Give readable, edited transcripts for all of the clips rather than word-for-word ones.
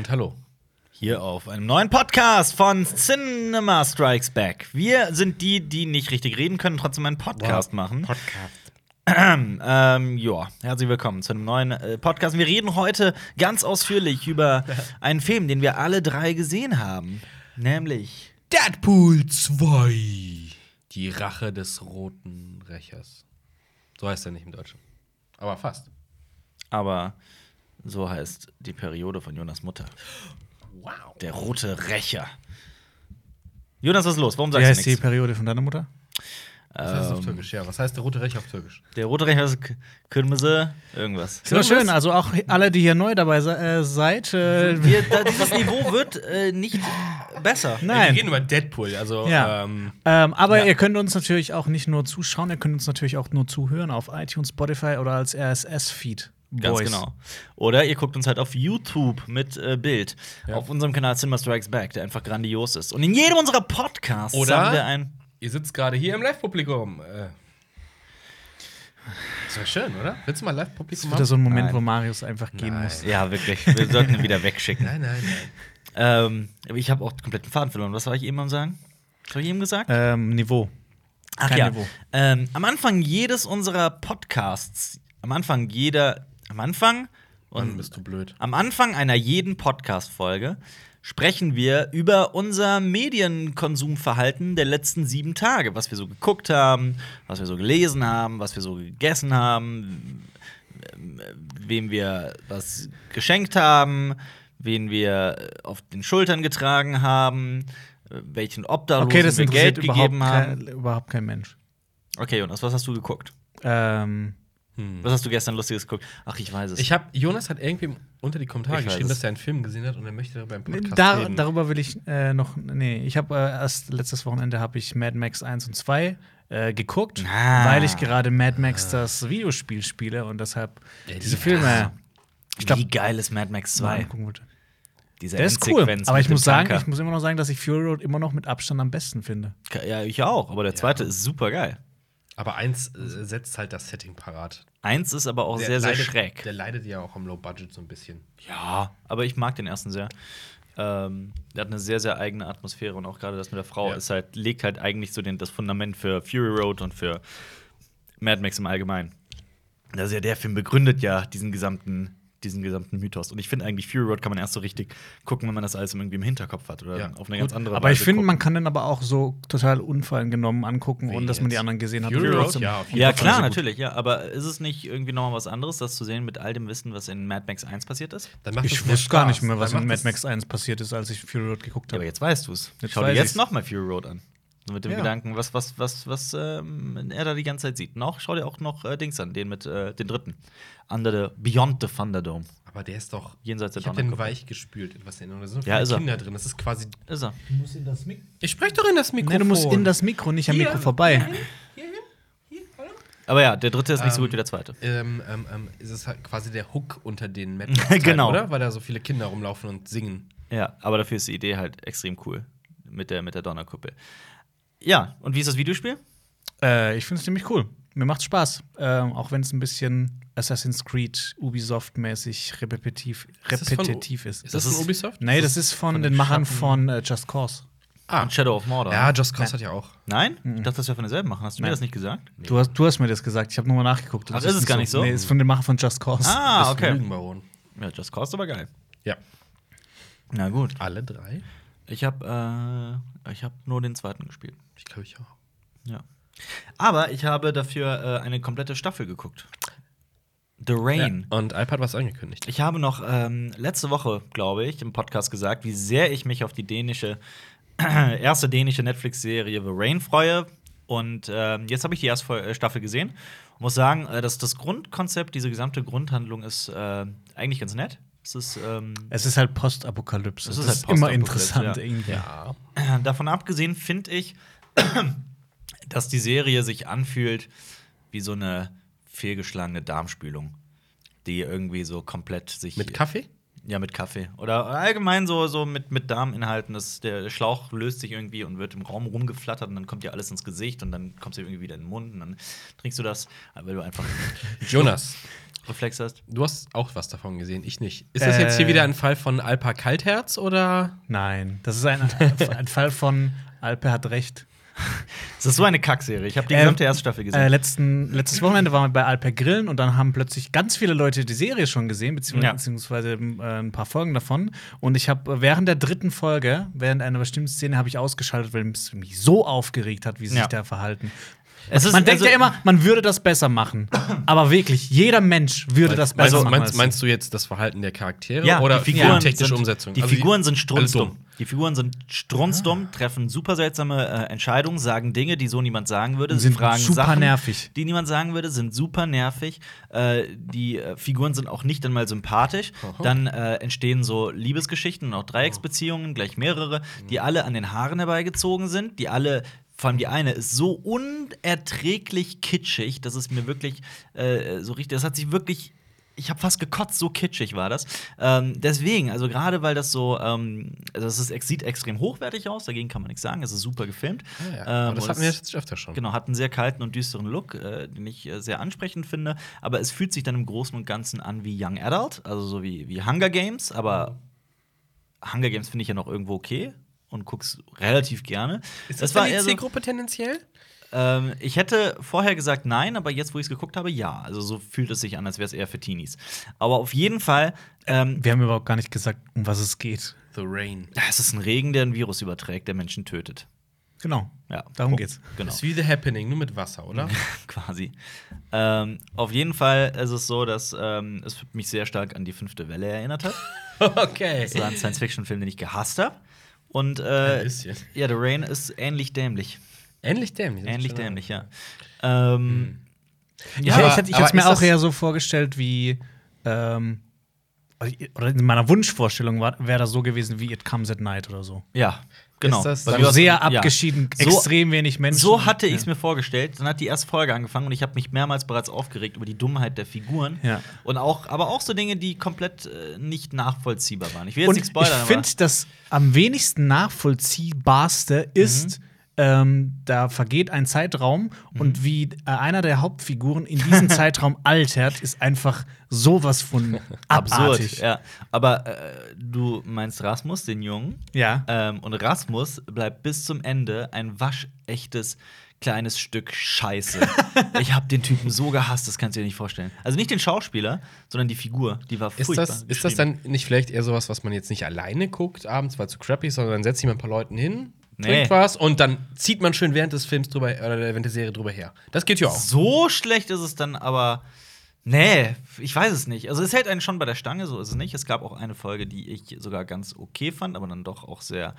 hallo. Hier auf einem neuen Podcast von Cinema Strikes Back. Wir sind die nicht richtig reden können, trotzdem einen Podcast machen. Ja, herzlich willkommen zu einem neuen Podcast. Wir reden heute ganz ausführlich über einen Film, den wir alle drei gesehen haben. Nämlich Deadpool 2. Die Rache des roten Rächers. So heißt er nicht im Deutschen. Aber fast. Aber so heißt die Periode von Jonas Mutter. Wow. Der rote Rächer. Jonas, was ist los? Warum Wie sagst du heißt die nichts? Periode von deiner Mutter? Was heißt das auf Türkisch? Ja, was heißt der rote Rächer auf Türkisch? Der rote Rächer ist Kırmızı irgendwas. Ist doch schön, also auch alle, die hier neu dabei seid. Dieses Niveau wird nicht besser. Nein. Wir reden über Deadpool, also Ja. Aber ihr könnt uns natürlich auch nicht nur zuschauen, ihr könnt uns natürlich auch nur zuhören auf iTunes, Spotify oder als RSS-Feed. Ganz genau. Oder ihr guckt uns halt auf YouTube mit Bild. Ja. Auf unserem Kanal Cinema Strikes Back, der einfach grandios ist. Und in jedem unserer Podcasts Oder haben wir ein. ihr sitzt gerade hier im Live-Publikum. Ist doch schön, oder? Willst du mal Das Live-Publikum ist wieder so ein Moment, Nein. wo Marius einfach gehen Nein. muss. Ja, wirklich. Wir sollten ihn wieder wegschicken. Nein. Aber ich habe auch kompletten Faden verloren. Was soll ich eben sagen? Was habe ich eben gesagt? Niveau. Ach kein ja. Niveau. Am Anfang jedes unserer Podcasts, am Anfang Mann, bist du blöd. Am Anfang einer jeden Podcast-Folge sprechen wir über unser Medienkonsumverhalten der letzten 7 Tage. Was wir so geguckt haben, was wir so gelesen haben, was wir so gegessen haben, wem wir was geschenkt haben, wen wir auf den Schultern getragen haben, welchen Obdachlosen Okay, das wir Geld interessiert gegeben haben. überhaupt kein Mensch. Okay, Jonas, was hast du geguckt? Was hast du gestern Lustiges geguckt? Ach, ich weiß es. Jonas hat irgendwie unter die Kommentare Ich weiß geschrieben, es. dass er einen Film gesehen hat und er möchte darüber im Podcast reden. Darüber will ich noch. Nee, ich habe erst letztes Wochenende habe ich Mad Max 1 und 2 geguckt, weil ich gerade Mad Max das Videospiel spiele und deshalb diese Filme. Wie geil ist Mad Max 2? Gucken wollte. Diese Der ist cool, Endsequenz aber mit ich dem muss sagen, Tanker. ich muss immer noch sagen, dass ich Fury Road immer noch mit Abstand am besten finde. Ja, ich auch, aber der zweite ist super geil. Aber 1 setzt halt das Setting parat. 1 ist aber auch Der sehr, sehr leidet- schräg. Der leidet ja auch am Low Budget so ein bisschen. Ja, aber ich mag den ersten sehr. Der hat eine sehr, sehr eigene Atmosphäre und auch gerade das mit der Frau legt halt eigentlich so das Fundament für Fury Road und für Mad Max im Allgemeinen. Also ja, der Film begründet ja diesen gesamten Mythos. Und ich finde eigentlich, Fury Road kann man erst so richtig gucken, wenn man das alles irgendwie im Hinterkopf hat oder Ja. auf eine ganz andere Aber ich Weise finde, gucken. man kann den aber auch so total unvoreingenommen angucken, Wie ohne dass man die jetzt? anderen gesehen hat. Fury Und Road? trotzdem- Ja, auf jeden Ja, Fall klar, so gut. natürlich, ja. Aber ist es nicht irgendwie noch mal was anderes, das zu sehen mit all dem Wissen, was in Mad Max 1 passiert ist? Dann macht Ich es mehr wusste gar Spaß. nicht mehr, was Dann in macht Mad es- Max 1 passiert ist, als ich Fury Road geguckt Ja, aber habe. jetzt weißt du es. Jetzt Schau dir weiß jetzt ich's. noch mal Fury Road an. So mit dem Ja. Gedanken, was er da die ganze Zeit sieht. Und auch schau dir auch noch Dings an, den dritten. Beyond the Thunderdome. Aber der ist doch. Jenseits der Ich hab den Donnerkuppel. weich gespült, etwas in. Und da sind noch Ja, viele ist er. Kinder drin. Das ist quasi. Ist er. Du musst in das Mikro. Ich spreche doch in das Mikrofon. Nee, du musst in das Mikro, nicht am Hier, Mikro vorbei. Aber ja, der dritte ist nicht so gut wie der zweite. Ist es halt quasi der Hook unter den Mad Max Genau. oder? Weil da so viele Kinder rumlaufen und singen. Ja, aber dafür ist die Idee halt extrem cool. Mit der Donnerkuppel. Ja, und wie ist das Videospiel? Ich finde es ziemlich cool. Mir macht's Spaß. Auch wenn es ein bisschen Assassin's Creed, Ubisoft-mäßig repetitiv ist. Ist das von Ubisoft? Nee, das ist von von den den Machern Schatten- von Just Cause. Und Shadow of Mordor. Ja, Just Cause hat ja auch. Nein? Ich dachte, das wäre von derselben machen. Hast du mir Nein. das nicht gesagt? Du hast mir das gesagt. Ich habe nochmal nachgeguckt. Ach, Das ist es gar nicht so? Nee, ist von den Machern von Just Cause. Ah, Das okay. Lügenbaron. Ja, Just Cause ist aber geil. Ja. Na gut. Alle 3? Ich hab nur den zweiten gespielt. Ich glaube, ich auch. Ja. Aber ich habe dafür eine komplette Staffel geguckt. The Rain. Ja. Und iPad war es angekündigt. Ich habe noch letzte Woche, glaube ich, im Podcast gesagt, wie sehr ich mich auf die erste dänische Netflix-Serie The Rain freue. Und jetzt habe ich die erste Staffel gesehen. Und muss sagen, dass das Grundkonzept, diese gesamte Grundhandlung ist eigentlich ganz nett. Es ist halt Postapokalypse. Es Das ist ist halt immer Postapokalypse, interessant ja. irgendwie. Ja. davon abgesehen finde ich, dass die Serie sich anfühlt wie so eine fehlgeschlagene Darmspülung, die irgendwie so komplett sich Mit Kaffee? Ja, mit Kaffee. Oder allgemein so mit Darminhalten. Der Schlauch löst sich irgendwie und wird im Raum rumgeflattert und dann kommt dir alles ins Gesicht und dann kommst du irgendwie wieder in den Mund und dann trinkst du das, weil du einfach Jonas, Reflex hast. du hast auch was davon gesehen, ich nicht. Ist das jetzt hier wieder ein Fall von Alpa Kaltherz oder? Nein, das ist ein Fall von Alpe hat recht. Das ist so eine Kackserie. Ich habe die gesamte erste Staffel gesehen. Letztes Wochenende waren wir bei Alper Grillen und dann haben plötzlich ganz viele Leute die Serie schon gesehen, beziehungsweise ein paar Folgen davon. Und ich habe während der dritten Folge, während einer bestimmten Szene, habe ich ausgeschaltet, weil es mich so aufgeregt hat, wie sie sich da verhalten. Man denkt ja immer, man würde das besser machen. Aber wirklich, jeder Mensch würde das besser machen. Meinst du jetzt das Verhalten der Charaktere oder die figurentechnische Umsetzung? Die Figuren sind strunzdumm. Die Figuren sind strunzdumm, treffen super seltsame Entscheidungen, sagen Dinge, die so niemand sagen würde. Sind fragen super Sachen, nervig. die niemand sagen würde, sind super nervig. Die Figuren sind auch nicht einmal sympathisch. Dann entstehen so Liebesgeschichten und auch Dreiecksbeziehungen, gleich mehrere, die alle an den Haaren herbeigezogen sind, die alle vor allem die eine ist so unerträglich kitschig, dass es mir wirklich so richtig, das hat sich wirklich, ich habe fast gekotzt, so kitschig war das. Deswegen, also gerade weil das so, es sieht extrem hochwertig aus, dagegen kann man nichts sagen, es ist super gefilmt. Aber das hatten wir jetzt öfter schon. Genau, hat einen sehr kalten und düsteren Look, den ich sehr ansprechend finde, aber es fühlt sich dann im Großen und Ganzen an wie Young Adult, also so wie Hunger Games, aber Hunger Games finde ich ja noch irgendwo okay. Und guck's relativ gerne. Ist das die Zielgruppe tendenziell? Ich hätte vorher gesagt nein, aber jetzt, wo ich es geguckt habe, ja. Also so fühlt es sich an, als wäre es eher für Teenies. Aber auf jeden Fall. Wir haben überhaupt gar nicht gesagt, um was es geht. The Rain. Es ist ein Regen, der ein Virus überträgt, der Menschen tötet. Genau. Ja, darum geht's. Genau. Das ist wie The Happening, nur mit Wasser, oder? Quasi. Auf jeden Fall ist es so, dass es mich sehr stark an die 5. Welle erinnert hat. Okay. Das war ein Science-Fiction-Film, den ich gehasst habe. Und ein bisschen. Ja, The Rain ist ähnlich dämlich. Ähnlich dämlich? Ähnlich dämlich, ja. Ich hätte es mir auch eher so vorgestellt wie oder in meiner Wunschvorstellung wäre das so gewesen wie It Comes at Night oder so. Ja, genau. Ist das also sehr abgeschieden, extrem wenig Menschen. So hatte ich es mir vorgestellt. Dann hat die erste Folge angefangen und ich habe mich mehrmals bereits aufgeregt über die Dummheit der Figuren. Ja. Und aber auch so Dinge, die komplett nicht nachvollziehbar waren. Ich will jetzt nicht spoilern. Ich finde, das am wenigsten nachvollziehbarste ist, da vergeht ein Zeitraum und wie einer der Hauptfiguren in diesem Zeitraum altert, ist einfach sowas von abartig. Absurd, ja. Aber du meinst Rasmus, den Jungen. Ja. Und Rasmus bleibt bis zum Ende ein waschechtes kleines Stück Scheiße. Ich habe den Typen so gehasst, das kannst du dir nicht vorstellen. Also nicht den Schauspieler, sondern die Figur, die war furchtbar. Ist das dann nicht vielleicht eher sowas, was man jetzt nicht alleine guckt abends, weil es zu crappy ist, sondern dann setzt sich mal ein paar Leuten hin, trinkt was und dann zieht man schön während des Films drüber oder während der Serie drüber her. Das geht ja auch. So schlecht ist es dann aber. Nee, ich weiß es nicht. Also es hält einen schon bei der Stange, so ist es nicht. Es gab auch eine Folge, die ich sogar ganz okay fand, aber dann doch auch sehr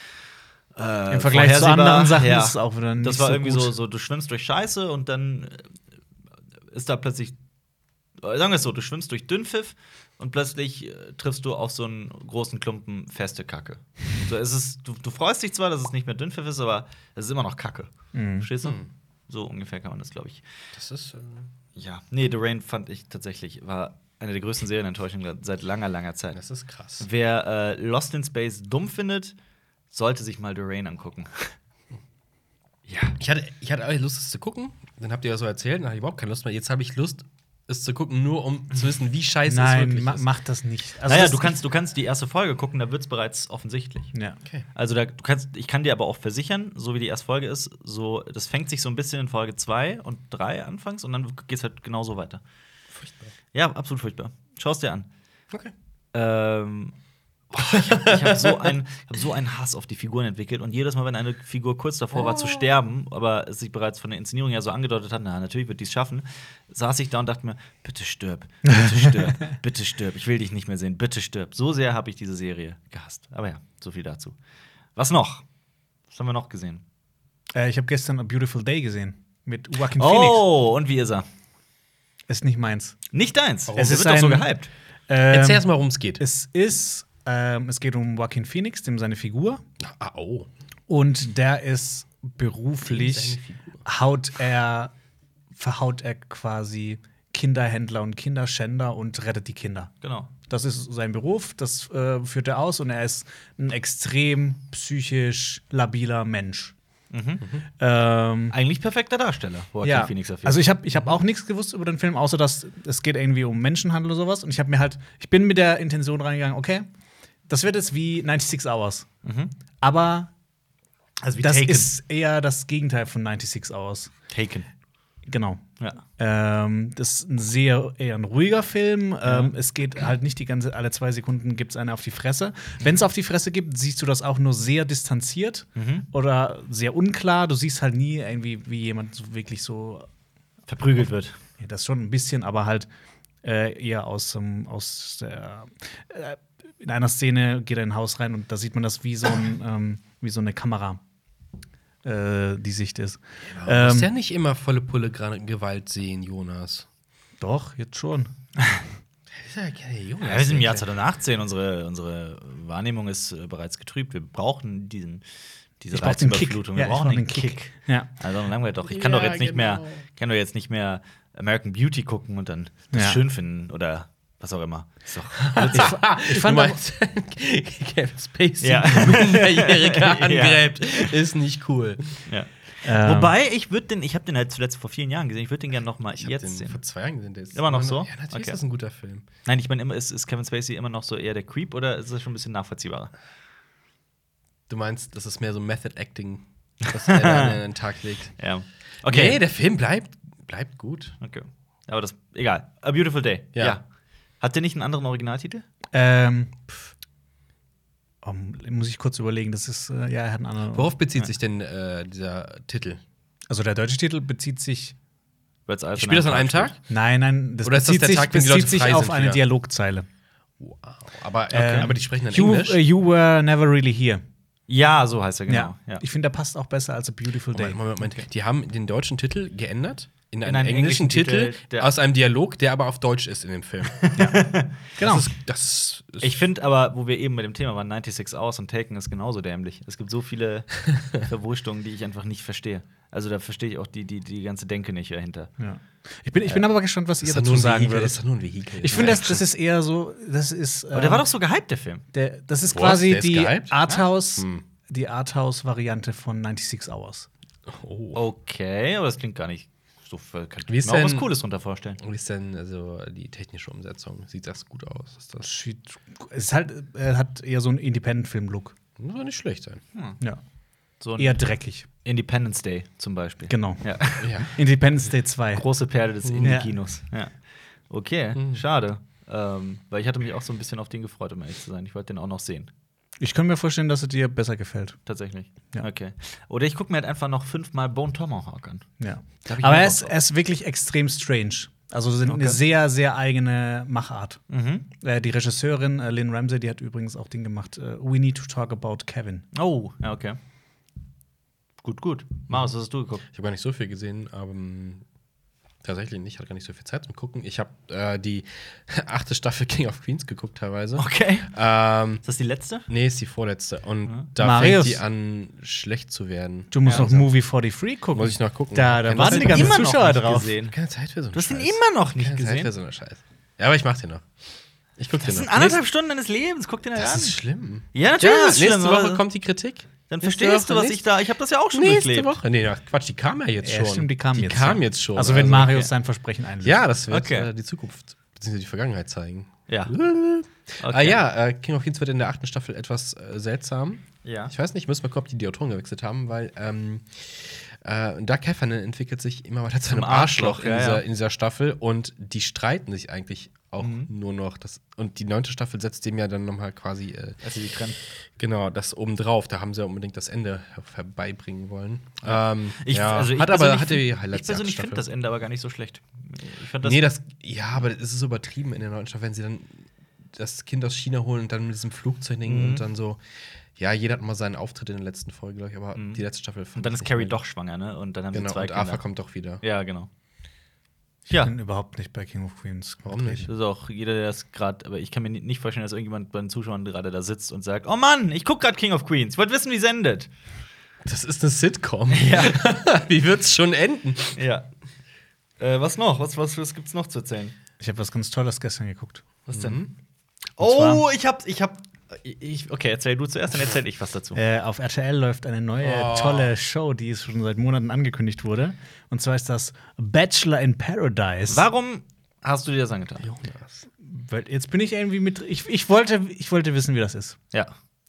im Vergleich zu anderen Sachen ja. ist es auch wieder nicht das war so irgendwie gut. so, du schwimmst durch Scheiße und dann ist da plötzlich, sagen wir es so, du schwimmst durch Dünnpfiff und plötzlich triffst du auf so einen großen Klumpen feste Kacke. So, du freust dich zwar, dass es nicht mehr Dünnpfiff ist, aber es ist immer noch Kacke. Verstehst du? So ungefähr kann man das, glaube ich. Das ist Ja, nee, The Rain fand ich tatsächlich, war eine der größten Serienenttäuschungen seit langer, langer Zeit. Das ist krass. Wer Lost in Space dumm findet, sollte sich mal The Rain angucken. Ja. Ich hatte eigentlich Lust, es zu gucken. Dann habt ihr ja so erzählt, dann hatte ich überhaupt keine Lust mehr. Jetzt habe ich Lust, es zu gucken, nur um zu wissen, wie scheiße es wirklich ist. Mach das nicht. Also naja, du kannst die erste Folge gucken, da wird es bereits offensichtlich. Ja. Okay. Also ich kann dir aber auch versichern, so wie die erste Folge ist, so, das fängt sich so ein bisschen in Folge 2 und 3 anfangs und dann geht es halt genauso weiter. Furchtbar. Ja, absolut furchtbar. Schau es dir an. Okay. Ich hab so einen Hass auf die Figuren entwickelt und jedes Mal, wenn eine Figur kurz davor war zu sterben, aber es sich bereits von der Inszenierung her so angedeutet hat, na, natürlich wird die es schaffen, saß ich da und dachte mir, bitte stirb, bitte stirb, bitte stirb, ich will dich nicht mehr sehen, bitte stirb. So sehr habe ich diese Serie gehasst. Aber ja, so viel dazu. Was noch? Was haben wir noch gesehen? Ich habe gestern A Beautiful Day gesehen mit Joaquin Phoenix. Oh, und wie ist er? Ist nicht meins. Nicht deins. Es Der ist wird doch so ein- gehypt. Erzähl erst mal, worum es geht. Es geht um Joaquin Phoenix, dem seine Figur. Oh. Und der ist beruflich, Seine Figur. verhaut er quasi Kinderhändler und Kinderschänder und rettet die Kinder. Genau. Das ist sein Beruf, das führt er aus und er ist ein extrem psychisch labiler Mensch. Eigentlich perfekter Darsteller, Joaquin Phoenix auf jeden Fall. Also ich hab auch nichts gewusst über den Film, außer dass es geht irgendwie um Menschenhandel oder sowas. Und ich bin mit der Intention reingegangen, okay, das wird jetzt wie 96 Hours. Aber Also wie das Taken. ist eher das Gegenteil von 96 Hours. Taken. Genau. Ja. Das ist eher ein ruhiger Film. Es geht halt nicht alle 2 Sekunden gibt's eine auf die Fresse. Wenn es auf die Fresse gibt, siehst du das auch nur sehr distanziert oder sehr unklar. Du siehst halt nie irgendwie, wie jemand so wirklich so Verprügelt wird. ja, das schon ein bisschen, aber halt eher in einer Szene geht er in ein Haus rein und da sieht man das wie so eine Kamera. Die Sicht ist. Du musst ja nicht immer volle Pulle Gewalt sehen, Jonas. Doch, jetzt schon. Das ist ja keine Jonas. Ja, wir sind im Jahr 2018. Unsere Wahrnehmung ist bereits getrübt. Wir brauchen diese Ich brauch den Kick. Reizüberflutung. Ja, Wir ich brauchen brauch den den Kick. Kick. Ja. Also langweilig doch. Ich kann doch jetzt nicht mehr, American Beauty gucken und dann das schön finden oder was auch immer. Ist doch Ich fand du meinst, Kevin Spacey, Ja. Minderjähriger angräbt, ist nicht cool. ja. Wobei, ich habe den halt zuletzt vor vielen Jahren gesehen. Ich würde den gerne noch mal Ich habe jetzt den sehen. vor 2 Jahren gesehen. Der ist Immer noch so? Ja, natürlich Okay. ist das ein guter Film. Nein, ich meine, ist Kevin Spacey immer noch so eher der Creep oder ist das schon ein bisschen nachvollziehbarer? Du meinst, das ist mehr so Method Acting, was er da an den Tag legt. Ja. Okay. Nee, der Film bleibt gut. Okay. Aber das egal. A Beautiful Day. Ja. Hat der nicht einen anderen Originaltitel? Muss ich kurz überlegen, das ist, er hat einen anderen. Worauf bezieht sich denn dieser Titel? Also der deutsche Titel bezieht sich. Spielt das an einem Tag? Nein, das Oder ist das bezieht der Tag, wenn die Leute frei auf sind eine wieder? Dialogzeile. Wow. Aber die sprechen dann You, Englisch? you were never really here. Ja, so heißt er genau. Ja. Ich finde, der passt auch besser als A Beautiful Day. Moment. Die haben den deutschen Titel geändert in einen einen englischen englischen Titel Titel, der- aus einem Dialog, der aber auf Deutsch ist in dem Film. Genau. Das ist Ich finde aber, wo wir eben bei dem Thema waren, 96 Hours und Taken ist genauso dämlich. Es gibt so viele Verwurstungen, die ich einfach nicht verstehe. Also da verstehe ich auch die ganze Denke nicht dahinter. Ja. Ich bin aber gespannt, was ihr ist doch dazu nur ein sagen Vehikel, würdet. ist doch nur ein Vehikel. Ich finde, das ist eher so, das ist. Aber der war doch so gehypt, der Film. Das ist Was? quasi Der ist die gehypt? Die Arthouse-Variante von 96 Hours. Oh. Okay, aber das klingt gar nicht so. Kann Wie ist ich mir auch was denn- Cooles drunter vorstellen. Wie ist denn also die technische Umsetzung? Sieht das gut aus? Ist das Es ist halt, hat eher so einen Independent-Film-Look. muss doch nicht schlecht sein. Ja. So ein Eher dreckig. Independence Day zum Beispiel. Genau. Ja. Ja. Independence Day 2. Große Perle des Ja. Indie-Kinos. Ja. Okay, schade. Weil ich hatte mich auch so ein bisschen auf den gefreut, um ehrlich zu sein. Ich wollte den auch noch sehen. Ich kann mir vorstellen, dass es dir besser gefällt. Tatsächlich. Ja. Okay. Oder ich gucke mir halt einfach noch 5-mal Bone Tomahawk an. Ja. Da hab ich Aber mehr er Bock ist, drauf. er ist wirklich extrem strange. Also Okay. eine sehr, sehr eigene Machart. Die Regisseurin Lynn Ramsey, die hat übrigens auch den gemacht. We Need to Talk About Kevin. Oh, ja, okay. Gut. Marius, was hast du geguckt? Ich habe gar nicht so viel gesehen, aber tatsächlich nicht. Ich hatte gar nicht so viel Zeit zum Gucken. Ich habe die 8. Staffel King of Queens geguckt teilweise. Okay. Ähm, Ist das die letzte? nee, ist die vorletzte. Und da Marius. fängt die an, schlecht zu werden. Du musst Ja, noch also- Movie 43 gucken. Muss ich noch gucken. Da Keine warten Zeit- die ganzen immer noch Zuschauer nicht drauf. gesehen. Keine Zeit für so einen Du hast ihn Scheiß. immer noch nicht Keine Zeit für gesehen. so einen Scheiß. Ja, aber ich mach den noch. Ich guck Das den sind noch. 1,5 Stunden deines Lebens. Guck dir das Das an. ist schlimm. Ja, natürlich ist es nächste schlimm, Woche aber- kommt die Kritik. Dann Nächste verstehst du, Woche, was ich da. Ich habe das ja auch schon Nächste durchlebt. Woche. Nee, Quatsch, die kam ja jetzt schon. Ja, stimmt, die kam jetzt. schon. Also wenn Marius sein Versprechen einlöst. Ja, das wird Okay. die Zukunft bzw. die Vergangenheit zeigen. Ja. King of Queens wird in der 8. Staffel etwas seltsam. Ja. Ich weiß nicht, müssen wir gucken, ob die Autoren gewechselt haben, weil Doug Heffernan entwickelt sich immer weiter zu einem Zum Arschloch, Arschloch ja. in dieser Staffel und die streiten sich eigentlich auch nur noch. Und die 9. Staffel setzt dem ja dann nochmal quasi Also die trennen. genau, das obendrauf. Da haben sie ja unbedingt das Ende herbeibringen wollen. Ich hat persönlich die find- Highlights Ich persönlich der finde Staffel. das Ende aber gar nicht so schlecht. Ich fand das. Nee, aber das ist so übertrieben in der 9. Staffel, wenn sie dann das Kind aus China holen und dann mit diesem Flugzeug und dann so. Ja, jeder hat mal seinen Auftritt in der letzten Folge, glaube ich, aber die letzte Staffel. und dann ist Carrie doch schwanger, ne? Und dann haben Genau, sie 2 und Kinder. Arthur kommt doch wieder. Ja, genau. Ich Ja. bin überhaupt nicht bei King of Queens. Warum nicht? Das ist auch jeder, der das gerade, aber ich kann mir nicht vorstellen, dass irgendjemand bei den Zuschauern gerade da sitzt und sagt: Oh Mann, ich guck gerade King of Queens. Ich wollte wissen, wie es endet. Das ist eine Sitcom. Ja. Wie wird's schon enden? Ja. Was noch? Was gibt's noch zu erzählen? Ich habe was ganz Tolles gestern geguckt. Was denn? Oh, okay, erzähl du zuerst, dann erzähl ich was dazu. Auf RTL läuft eine neue, tolle Show, die schon seit Monaten angekündigt wurde. Und zwar ist das Bachelor in Paradise. Warum hast du dir das angetan? Jonas. Weil jetzt bin ich irgendwie mit. Ich wollte wissen, wie das ist. Ja.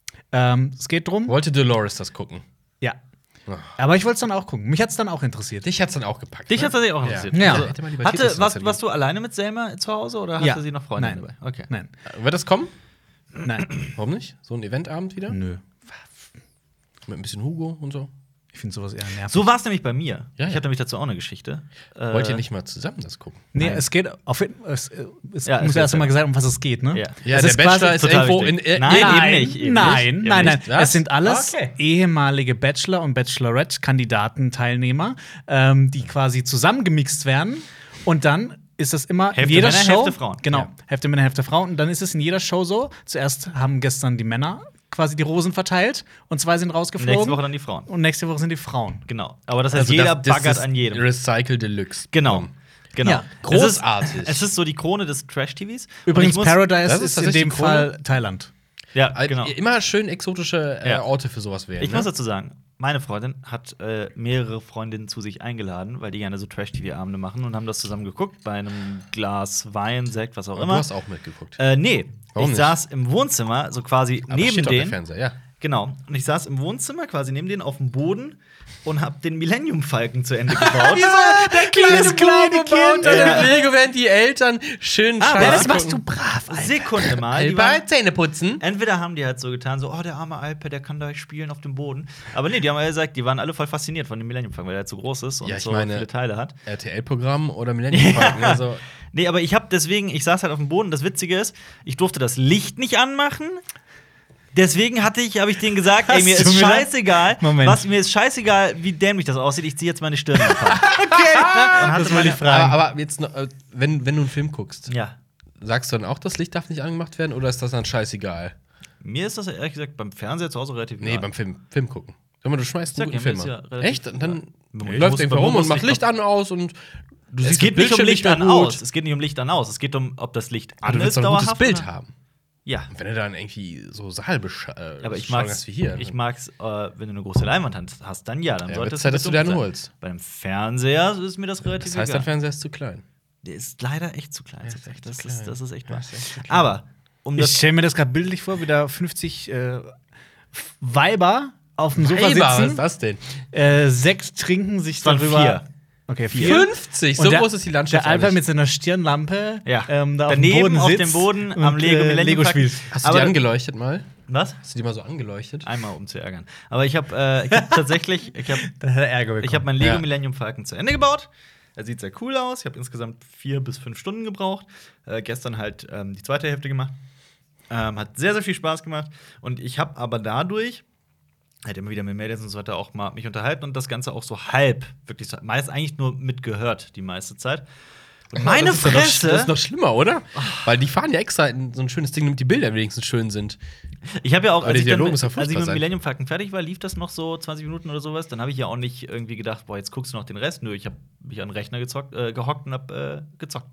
Es geht drum. Wollte Dolores das gucken? Ja. Aber ich wollte es dann auch gucken. Mich hat es dann auch interessiert. Dich hat's dann auch gepackt. Dich hat das auch interessiert. Ja. Also, Hätte man lieber Titus warst du alleine mit Selma zu Hause oder hatte sie noch Freunde Nein. dabei? Okay. Nein. Wird das kommen? Nein. Warum nicht? So ein Eventabend wieder? Nö. Mit ein bisschen Hugo und so? Ich finde sowas eher nervig. So war es nämlich bei mir. Ja, Ich ja. hatte nämlich dazu auch eine Geschichte. Wollt ihr nicht mal zusammen das gucken? Nee, Nein. es geht auf es Ja, muss es erst wird mal ja. gesagt, um was es geht, ne? Ja. Ja, Es der ist Bachelor quasi ist total irgendwo wichtig. in. Nein, Nein, eben nicht, eben nein, nicht. nein, Eben nein. nicht. Was? Es sind alles Okay. ehemalige Bachelor- und Bachelorette-Kandidaten-Teilnehmer, die quasi zusammengemixt werden. Und dann ist das immer in Hälfte jeder Männer, Show. Hälfte Frauen. Genau, Ja. Hälfte Männer, Hälfte Frauen. Und dann ist es in jeder Show so: Zuerst haben gestern die Männer quasi die Rosen verteilt und 2 sind rausgeflogen. Nächste Woche dann die Frauen. Und nächste Woche sind die Frauen. Genau. Aber das heißt, Also jeder das baggert ist an jedem. Recycle Deluxe. Genau. Genau. Ja, großartig. Es ist so die Krone des Trash-TVs. Übrigens, Und ich muss- Paradise das ist ist in tatsächlich dem die Krone. Fall Thailand. Ja, Genau. genau. Immer schön exotische Ja. Orte für sowas wählen. Ich ne? muss dazu sagen, meine Freundin hat mehrere Freundinnen zu sich eingeladen, weil die gerne so Trash-TV-Abende machen und haben das zusammen geguckt bei einem Glas Wein, Sekt, was auch Aber immer. du hast auch mitgeguckt. Nee, Warum ich nicht? saß im Wohnzimmer, so quasi Aber neben steht doch der denen. Fernseher, ja. Genau. Und ich saß im Wohnzimmer, quasi neben denen auf dem Boden und hab den Millennium Falcon zu Ende gebaut. Der kleine Kind. Ja. Lego, während die Eltern schön Ah, Scheiß ja, das machst gucken. du brav, Alter. Sekunde mal. Die Bei waren, Zähne putzen. entweder haben die halt so getan, so, oh, der arme Alper, der kann da spielen auf dem Boden. Aber nee, die haben alle gesagt, die waren alle voll fasziniert von dem Millennium Falcon, weil der halt so groß ist und Ja, ich so meine- viele Teile hat. RTL-Programm oder Millennium Falcon. Also, Nee, aber ich saß halt auf dem Boden. Das Witzige ist, ich durfte das Licht nicht anmachen. Deswegen habe ich denen gesagt, ey, mir Hast du ist mir- scheißegal, Moment. mir ist scheißegal, wie dämlich das aussieht. Ich ziehe jetzt meine Stirn ab. Das wollte ich fragen. aber jetzt noch, wenn du einen Film guckst, Ja. sagst du dann auch, das Licht darf nicht angemacht werden oder ist das dann scheißegal? Mir ist das ehrlich gesagt beim Fernseher zu Hause relativ Nee, egal. beim Film gucken. Sag mal, du schmeißt einen Sag guten ja, mir Film ist an. ja relativ Echt? Und dann egal. läuft muss- irgendwo man rum muss und macht nicht Licht an aus und du Es siehst geht das nicht um Bildschirm Licht mehr an gut. aus. Es geht nicht um Licht an aus. Es geht um, ob das Licht Aber an du willst ist doch ein gutes dauerhaft. Bild oder- haben. Ja. Und wenn du dann irgendwie so Saalbeschallung Aber ich hast mag's, wie hier. ich mag's, wenn du eine große Leinwand hast, dann ja, dann Ja, sollte wird es Zeit, dass du dir eine sein. holst. Beim Fernseher ist mir das relativ Das heißt, dein egal. Fernseher ist zu klein. Der ist leider echt zu klein. Ja, ist echt das, zu ist, klein. das ist echt Ja, wahr. ist echt zu klein. Aber um Ich das stelle mir das gerade bildlich vor, wie da 50 Weiber auf dem Sofa Weiber, was ist sitzen, das denn? Sekt trinken, sich waren darüber. 4. Okay, 4. 50, Und so der- groß ist die Landschaft. Der Alper eigentlich. mit seiner Stirnlampe Ja. da auf dem Daneben Boden auf sitzt dem Boden und, am Lego Millennium Lego Falcon. spielt. Hast du Aber- die angeleuchtet mal? Was? Hast du die mal so angeleuchtet? Einmal, um zu ärgern. Aber ich habe tatsächlich, ich Da hat er Ärger bekommen. habe mein Lego Ja. Millennium Falcon zu Ende gebaut. Er sieht sehr cool aus. Ich habe insgesamt 4 bis 5 Stunden gebraucht. Gestern halt die zweite Hälfte gemacht. Hat sehr, sehr viel Spaß gemacht. Und ich habe aber dadurch halt immer wieder mit Mädels und so weiter auch mal mich unterhalten und das Ganze auch so halb, wirklich so, meist eigentlich nur mitgehört die meiste Zeit. Und meine das ist doch noch- Fresse! Das ist noch schlimmer, oder? Weil die fahren ja extra in so ein schönes Ding, damit die Bilder wenigstens schön sind. Ich habe ja auch, Aber der Dialog muss ja als ich furchtbar mit sein. Millennium Falcon fertig war, lief das noch so 20 Minuten oder sowas. Dann habe ich ja auch nicht irgendwie gedacht, boah, jetzt guckst du noch den Rest. Nö, ich habe mich an den Rechner gehockt und hab gezockt.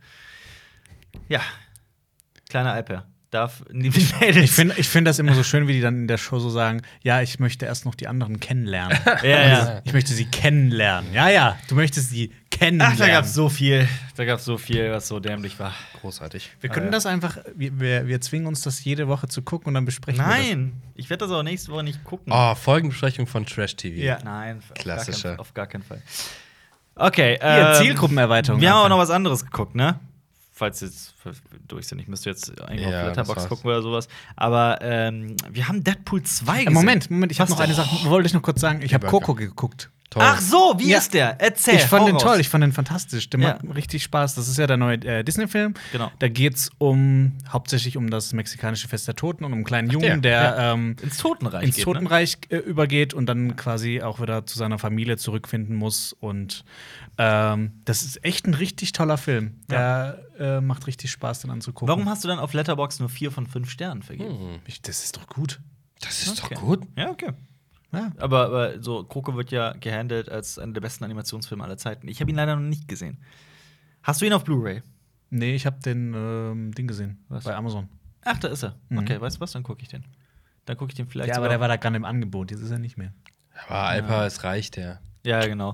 Ja, kleiner Alper. Darf die Mädels. Ich find das immer so schön, wie die dann in der Show so sagen: Ja, ich möchte erst noch die anderen kennenlernen. ja. Ich möchte sie kennenlernen. Ja, du möchtest sie kennenlernen. Ach, da gab's so viel. Da gab's so viel, was so dämlich war. Großartig. Wir können das einfach, wir zwingen uns das jede Woche zu gucken und dann besprechen wir Nein, ich werde das auch nächste Woche nicht gucken. Oh, Folgenbesprechung von Trash TV. Ja. Nein, Klassischer. auf gar keinen Fall. Okay, das. Hier, Zielgruppenerweiterung. Wir haben auch einfach. noch was anderes geguckt, ne? Falls jetzt durch sind. Ich müsste jetzt eigentlich Ja, auf das Letterboxd war's. gucken oder sowas. Aber wir haben Deadpool 2 gesehen. Moment, ich habe Was noch eine denn? Sache, wollte ich noch kurz sagen. Ich habe Burger. Coco geguckt. Toll. Ach so, wie Ja. ist der? Erzähl. Ich fand hau den raus. toll, ich fand den fantastisch. Der Ja. macht richtig Spaß. Das ist ja der neue Disney-Film. Genau. Da geht's hauptsächlich um das mexikanische Fest der Toten und um einen kleinen Jungen, der, der Ins Totenreich ins geht, Totenreich übergeht und dann quasi auch wieder zu seiner Familie zurückfinden muss. Und das ist echt ein richtig toller Film. Der macht richtig Spaß, den Ne? anzugucken. Warum hast du dann auf Letterboxd nur 4 von 5 Sternen vergeben? Das ist doch gut. Das ist Okay. doch gut. Ja, okay. Ja. Aber so, Coco wird ja gehandelt als einer der besten Animationsfilme aller Zeiten. Ich habe ihn leider noch nicht gesehen. Hast du ihn auf Blu-ray? Nee, ich habe den Ding gesehen Was? bei Amazon. Ach, da ist er. Okay, weißt du was? Dann gucke ich den. Dann gucke ich den vielleicht. Ja, aber der war da gerade im Angebot. Jetzt ist er nicht mehr. Aber Alpa, es reicht ja. Ja, genau.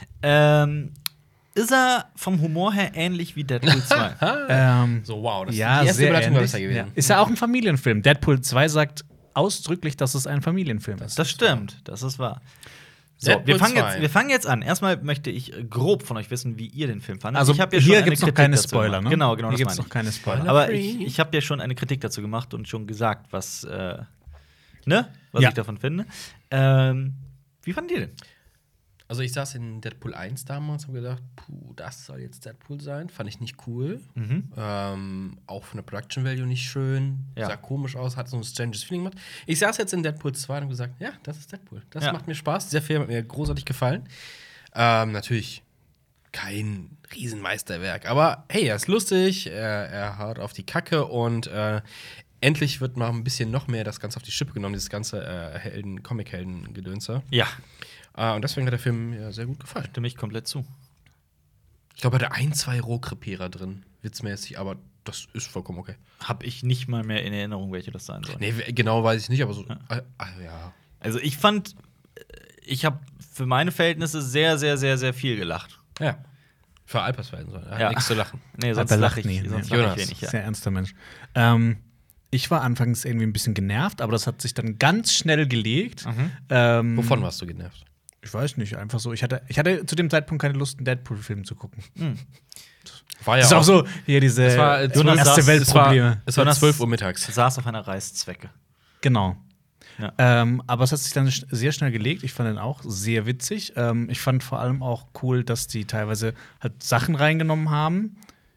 Ist er vom Humor her ähnlich wie Deadpool 2? So, wow, das Ja, ist die erste sehr Überleitung ähnlich. besser gewesen. Ja. Ist ja auch ein Familienfilm. Deadpool 2 sagt ausdrücklich, dass es ein Familienfilm ist. Das stimmt, das ist wahr. So, Deadpool wir fangen jetzt an. Erstmal möchte ich grob von euch wissen, wie ihr den Film fandet. Also ich hab ja hier schon gibt es noch Kritik keine dazu Spoiler, gemacht. ne? Genau, Hier das gibt es meine noch keine Spoiler. Aber ich habe ja schon eine Kritik dazu gemacht und schon gesagt, was Ja. ich davon finde. Wie fandet ihr den? Also ich saß in Deadpool 1 damals und habe gedacht, das soll jetzt Deadpool sein. Fand ich nicht cool. Auch von der Production Value nicht schön. Ja. Sah komisch aus, hat so ein stranges Feeling gemacht. Ich saß jetzt in Deadpool 2 und habe gesagt, ja, das ist Deadpool. Das macht mir Spaß. Dieser Film hat mir großartig gefallen. Natürlich kein Riesenmeisterwerk, aber hey, er ist lustig, er haut auf die Kacke und endlich wird mal ein bisschen noch mehr das Ganze auf die Schippe genommen, dieses ganze Comic-Helden-Gedönse. Ja, Und deswegen hat der Film mir sehr gut gefallen. stimme ich komplett zu. Ich glaube, er hatte 2 Rohkrepierer drin, witzmäßig, aber das ist vollkommen okay. Habe ich nicht mal mehr in Erinnerung, welche das sein sollen. Nee, genau weiß ich nicht, aber so. Ja. Also ich fand, ich habe für meine Verhältnisse sehr, sehr, sehr, sehr viel gelacht. Ja. Für Alpers Verhalten soll. Ja. Nichts zu lachen. Nee, sonst Aber lache lacht ich, nie, sonst nee. lach ich Jonas, wenig. Ja. Sehr ernster Mensch. Ich war anfangs irgendwie ein bisschen genervt, aber das hat sich dann ganz schnell gelegt. Wovon warst du genervt? Ich weiß nicht, einfach so. Ich hatte zu dem Zeitpunkt keine Lust, einen Deadpool-Film zu gucken. War Das ist auch so, hier diese Es war erste Weltprobleme. Es war Jonas 12 Uhr mittags. Saß auf einer Reißzwecke. Genau. Ja. Aber es hat sich dann sehr schnell gelegt. Ich fand den auch sehr witzig. Ich fand vor allem auch cool, dass die teilweise halt Sachen reingenommen haben.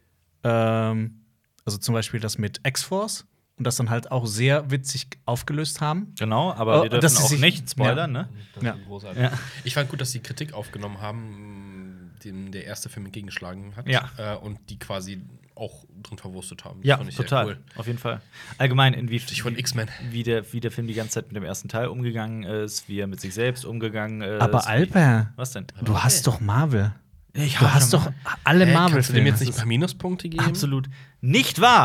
Also zum Beispiel das mit X-Force und das dann halt auch sehr witzig aufgelöst haben. Genau, aber wir dürfen dass sie auch sich- nicht spoilern, ne? Das Ja. ist großartig. Ja. Ich fand gut, dass sie Kritik aufgenommen haben, dem der erste Film entgegengeschlagen hat. Ja. Und die quasi auch drin verwurstet haben. Das Ja, fand ich sehr total. cool. Auf jeden Fall. Allgemein, Stichwort X-Men. wie der Film die ganze Zeit mit dem ersten Teil umgegangen ist, wie er mit sich selbst umgegangen ist. Aber Alper, Was denn? du hast doch Marvel. Ich Du hast doch alle Kannst du dem Marvel-Filme. jetzt nicht ein paar Minuspunkte geben? absolut nicht wahr.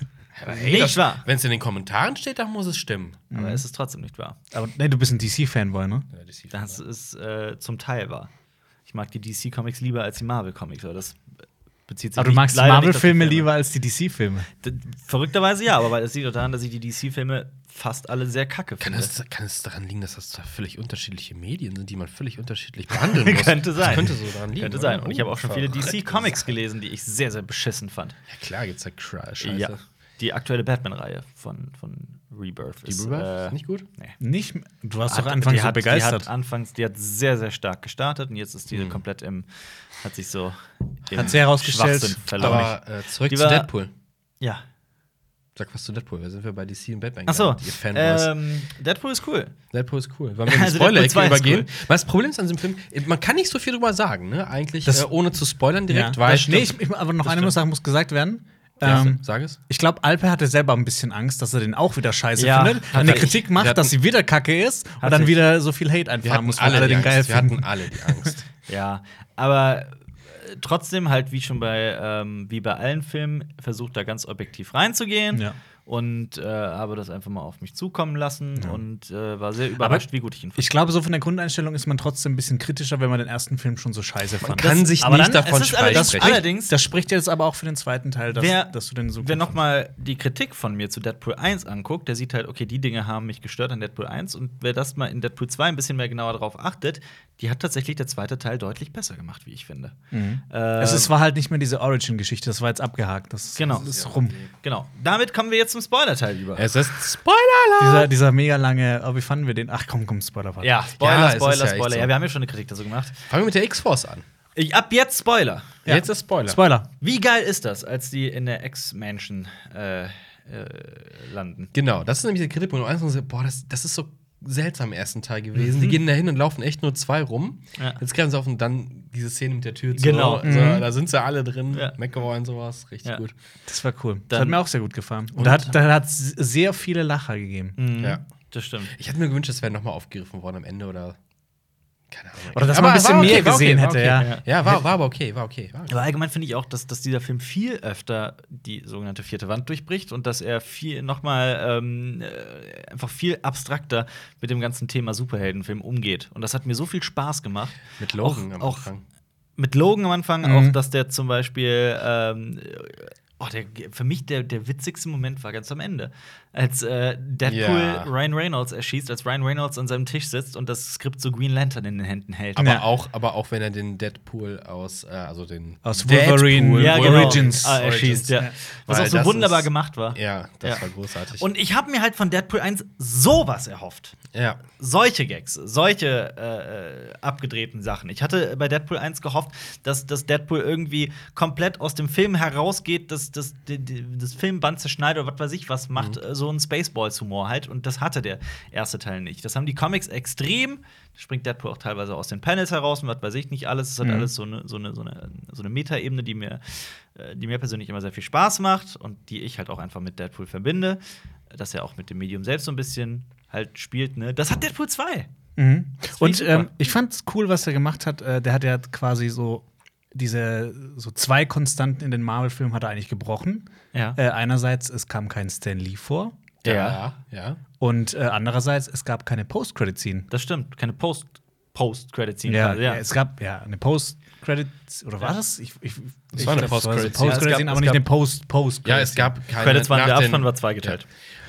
Nicht wahr. Wenn es in den Kommentaren steht, dann muss es stimmen. Aber es ist trotzdem nicht wahr. Aber nee, du bist ein DC-Fanboy, ne? Das ist zum Teil wahr. Ich mag die DC-Comics lieber als die Marvel-Comics, aber das bezieht sich Aber du nicht- magst die leider nicht auf Marvel-Filme Filme. lieber als die DC-Filme. Verrückterweise ja, aber es liegt auch daran, dass ich die DC-Filme fast alle sehr kacke Kann finde. es daran liegen, dass das zwei völlig unterschiedliche Medien sind, die man völlig unterschiedlich behandeln muss? Könnte sein. Das könnte so daran liegen. Könnte sein. oder? Und ich habe auch schon viele verrückte DC-Comics Sache. gelesen, die ich sehr, sehr beschissen fand. Ja, klar, gibt's da Scheiße. Ja. Die aktuelle Batman-Reihe von Rebirth Die Rebirth? Nicht gut? Nee. Nicht, du warst doch Hat- anfangs die so hat- begeistert. Die hat sehr, sehr stark gestartet und jetzt ist die komplett hat sich so im Hat sie herausgestellt, Schwachsinn verloren. Aber zurück Die zu war- Deadpool. Ja. Sag was zu Deadpool. Wir sind wir bei DC und Batman. Ach so. gelandet, Ihr Fanboys. Deadpool ist cool. Deadpool ist cool. Wollen wir in die Also Deadpool 2 Spoiler-Ecke ist übergehen? cool. Was das Problem ist an diesem Film, man kann nicht so viel drüber sagen, ne? Eigentlich, Das- ohne zu spoilern direkt, Ja. weil Nee, aber noch Das eine stimmt. Sache muss gesagt werden. Ja, sag es. Ich glaube, Alper hatte selber ein bisschen Angst, dass er den auch wieder scheiße Ja, findet. hat Eine er. Kritik Wir macht, hatten- dass sie wieder kacke ist und Hat dann sich. wieder so viel Hate Wir einfahren hatten muss, weil alle alle die den geil Angst. Wir finden. hatten alle die Angst. Ja, aber trotzdem halt wie schon wie bei allen Filmen versucht da ganz objektiv reinzugehen Ja. und habe das einfach mal auf mich zukommen lassen und war sehr überrascht, wie gut ich ihn fand. Ich glaube, so von der Grundeinstellung ist man trotzdem ein bisschen kritischer, wenn man den ersten Film schon so scheiße fand. kann sich aber nicht dann- davon es ist allerdings- freisprechen. allerdings Das spricht jetzt aber auch für den zweiten Teil, dass du den so wer gut noch mal die Kritik von mir zu Deadpool 1 anguckt, der sieht halt, okay, die Dinge haben mich gestört an Deadpool 1 und wer das mal in Deadpool 2 ein bisschen mehr genauer drauf achtet, die hat tatsächlich der zweite Teil deutlich besser gemacht, wie ich finde. war halt nicht mehr diese Origin-Geschichte, das war jetzt abgehakt. Das Genau. ist rum. Genau. Damit kommen wir jetzt zum Spoiler-Teil über. Es ist Spoiler! Dieser mega lange, wie fanden wir den? Ach komm, Spoiler. Ja, Spoiler, Ja, es ist Spoiler, ja echt Spoiler. so. Ja, wir haben ja schon eine Kritik dazu gemacht. Fangen wir mit der X-Force an. Ab jetzt Spoiler. Ja. Jetzt ist Spoiler. Spoiler. Wie geil ist das, als die in der X-Mansion landen? Genau, das ist nämlich der Kritikpunkt. Und eins und so, boah, das ist so seltsam im ersten Teil gewesen. Die gehen da hin und laufen echt nur 2 rum. Ja. Jetzt greifen sie auf und dann diese Szene mit der Tür zu. Genau. So, da sind sie alle drin. Ja. McAvoy und sowas. Richtig Ja. gut. Das war cool. Das Dann- hat mir auch sehr gut gefallen. Und da hat es sehr viele Lacher gegeben. Mhm. Ja. Das stimmt. Ich hätte mir gewünscht, es wäre nochmal aufgegriffen worden am Ende oder Keine Ahnung. Oder dass man ein bisschen mehr gesehen hätte, ja. Ja, war aber okay, war okay. Aber allgemein finde ich auch, dass dieser Film viel öfter die sogenannte vierte Wand durchbricht und dass er einfach viel abstrakter mit dem ganzen Thema Superheldenfilm umgeht. Und das hat mir so viel Spaß gemacht. Mit Logan am Anfang. Mit Logan am Anfang, auch dass der zum Beispiel für mich der witzigste Moment war ganz am Ende. Als Deadpool Ryan Reynolds erschießt, als Ryan Reynolds an seinem Tisch sitzt und das Skript so Green Lantern in den Händen hält. Aber auch wenn er den Deadpool aus Wolverine Origins erschießt, ja. Was auch so wunderbar gemacht war. Ja, das war großartig. Und ich habe mir halt von Deadpool 1 sowas erhofft. Ja. Solche Gags, solche abgedrehten Sachen. Ich hatte bei Deadpool 1 gehofft, dass Deadpool irgendwie komplett aus dem Film herausgeht, das Filmband zerschneidet oder was weiß ich was macht, so ein Spaceballs-Humor halt. Und das hatte der erste Teil nicht. Das haben die Comics extrem. Da springt Deadpool auch teilweise aus den Panels heraus und was weiß ich nicht alles. Das hat alles so eine Meta-Ebene, die mir persönlich immer sehr viel Spaß macht und die ich halt auch einfach mit Deadpool verbinde. Dass er auch mit dem Medium selbst so ein bisschen halt spielt. Ne? Das hat Deadpool 2. Und ich fand's cool, was er gemacht hat. Der hat ja quasi so zwei Konstanten in den Marvel-Filmen hat er eigentlich gebrochen. Ja. Einerseits, es kam kein Stan Lee vor. Ja. Und andererseits, es gab keine Post-Credit-Scene. Das stimmt, keine Post-Credit-Scene. Ja, es gab eine Post-Credit, oder war das? Es war eine Post-Credit-Scene, aber nicht eine Post-Credit. Ja, es gab keine. Credits waren, der Abspann war zweigeteilt.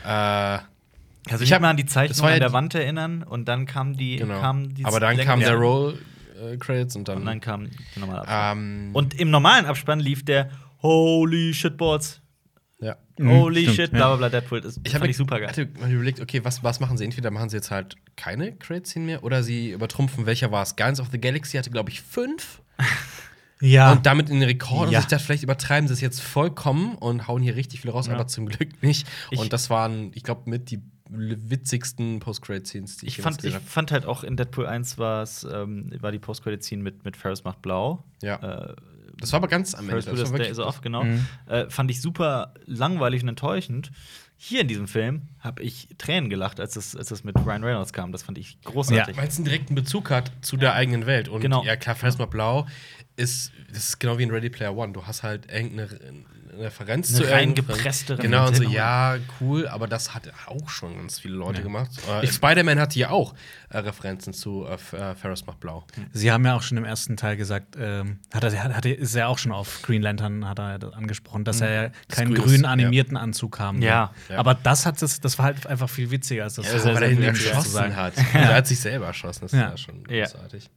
Also ich habe mal an die Zeichnung an der Wand erinnern und dann kam die. Aber dann kam der Roll-Credits und dann kam der normale Abspann. Und im normalen Abspann lief der Holy Shitballs. Ja. Holy shit, bla bla bla, Deadpool. Das fand ich super geil. Ich hatte mal überlegt, okay, was machen sie? Entweder machen sie jetzt halt keine Credit-Scene mehr oder sie übertrumpfen, welcher war es? Guardians of the Galaxy hatte, glaube ich, 5. Ja. Und damit in den Rekord. Ja. Und ich dachte, vielleicht übertreiben sie es jetzt vollkommen und hauen hier richtig viel raus, aber zum Glück nicht. Und das waren, ich glaube, mit die witzigsten Post-Credit-Scenes, die ich fand halt auch in Deadpool 1 war die Post-Credit-Scene mit Ferris macht blau. Ja. Das war aber ganz am Ende. Das war so oft, genau. Fand ich super langweilig und enttäuschend. Hier in diesem Film habe ich Tränen gelacht, als es mit Ryan Reynolds kam. Das fand ich großartig. Ja, weil es einen direkten Bezug hat zu der eigenen Welt. Und ja, klar, Ferris macht blau das ist genau wie in Ready Player One. Du hast halt irgendeine Referenz zu reingepresste Genau, und so, ja, cool, aber das hat auch schon ganz viele Leute gemacht. Spider-Man hatte ja auch Referenzen zu Ferris macht blau. Sie haben ja auch schon im ersten Teil gesagt, ist er auch schon auf Green Lantern hat er angesprochen, dass er keinen grünen animierten Anzug haben will. Ja. Aber das war halt einfach viel witziger als das. Ja, weil er ihn erschossen hat. Er hat sich selber erschossen, das war schon großartig.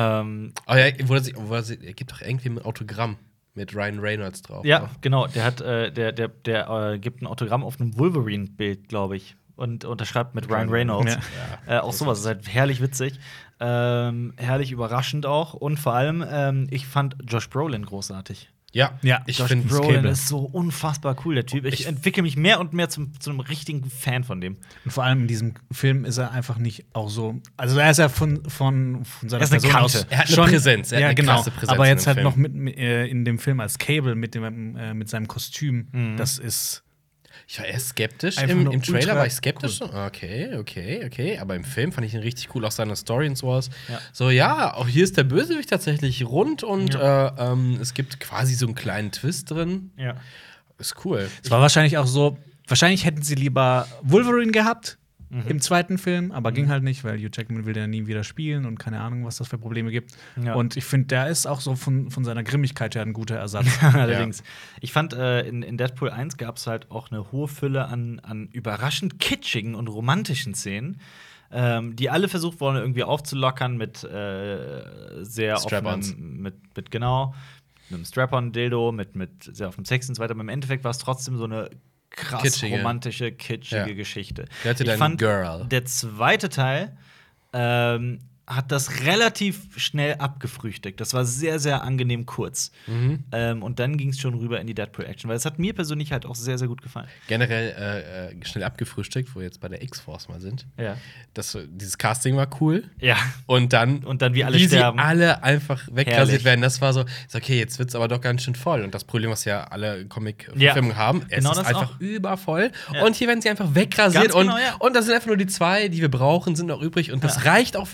Er gibt doch irgendwie ein Autogramm mit Ryan Reynolds drauf. Ja, genau. Der gibt ein Autogramm auf einem Wolverine-Bild, glaube ich. Und unterschreibt mit Ryan Reynolds. Ja. Auch sowas ist halt herrlich witzig. Herrlich überraschend auch. Und vor allem, ich fand Josh Brolin großartig. Ja, ich finde Brolin ist so unfassbar cool, der Typ. Ich entwickle mich mehr und mehr zu einem richtigen Fan von dem. Und vor allem in diesem Film ist er einfach nicht auch so. Also er ist ja von seiner Person aus. Er hat eine Präsenz. Er hat eine krasse Präsenz. Aber jetzt halt noch in dem Film als Cable mit seinem Kostüm. Das ist. Ich war erst skeptisch. Im Trailer war ich skeptisch. Cool. Okay. Aber im Film fand ich ihn richtig cool, auch seine Story und sowas. Ja. So, auch hier ist der Bösewicht tatsächlich rund und es gibt quasi so einen kleinen Twist drin. Ja. Ist cool. Es war wahrscheinlich auch so, wahrscheinlich hätten sie lieber Wolverine gehabt im zweiten Film, aber ging halt nicht, weil Hugh Jackman will ja nie wieder spielen und keine Ahnung, was das für Probleme gibt. Ja. Und ich finde, der ist auch so von seiner Grimmigkeit her ein guter Ersatz. Allerdings. Ich fand, in Deadpool 1 gab es halt auch eine hohe Fülle an überraschend kitschigen und romantischen Szenen, die alle versucht wurden, irgendwie aufzulockern mit sehr offenen, mit einem Strap-on-Dildo, mit sehr offenem Sex und so weiter. Aber im Endeffekt war es trotzdem so eine krass romantische, kitschige Geschichte. Ich fand, der zweite Teil hat das relativ schnell abgefrühstückt. Das war sehr, sehr angenehm kurz. Und dann ging es schon rüber in die Deadpool-Action, weil es hat mir persönlich halt auch sehr, sehr gut gefallen. Generell schnell abgefrühstückt, wo wir jetzt bei der X-Force mal sind. Ja. Dieses Casting war cool. Ja. Und dann wie alle sterben. Sie alle einfach wegrasiert werden. Das war so, okay, jetzt wird es aber doch ganz schön voll. Und das Problem, was ja alle Comic-Filme haben, es ist einfach übervoll. Ja. Und hier werden sie einfach wegrasiert. Und das sind einfach nur die 2, die wir brauchen, sind noch übrig. Und das reicht auch vollkommen aus.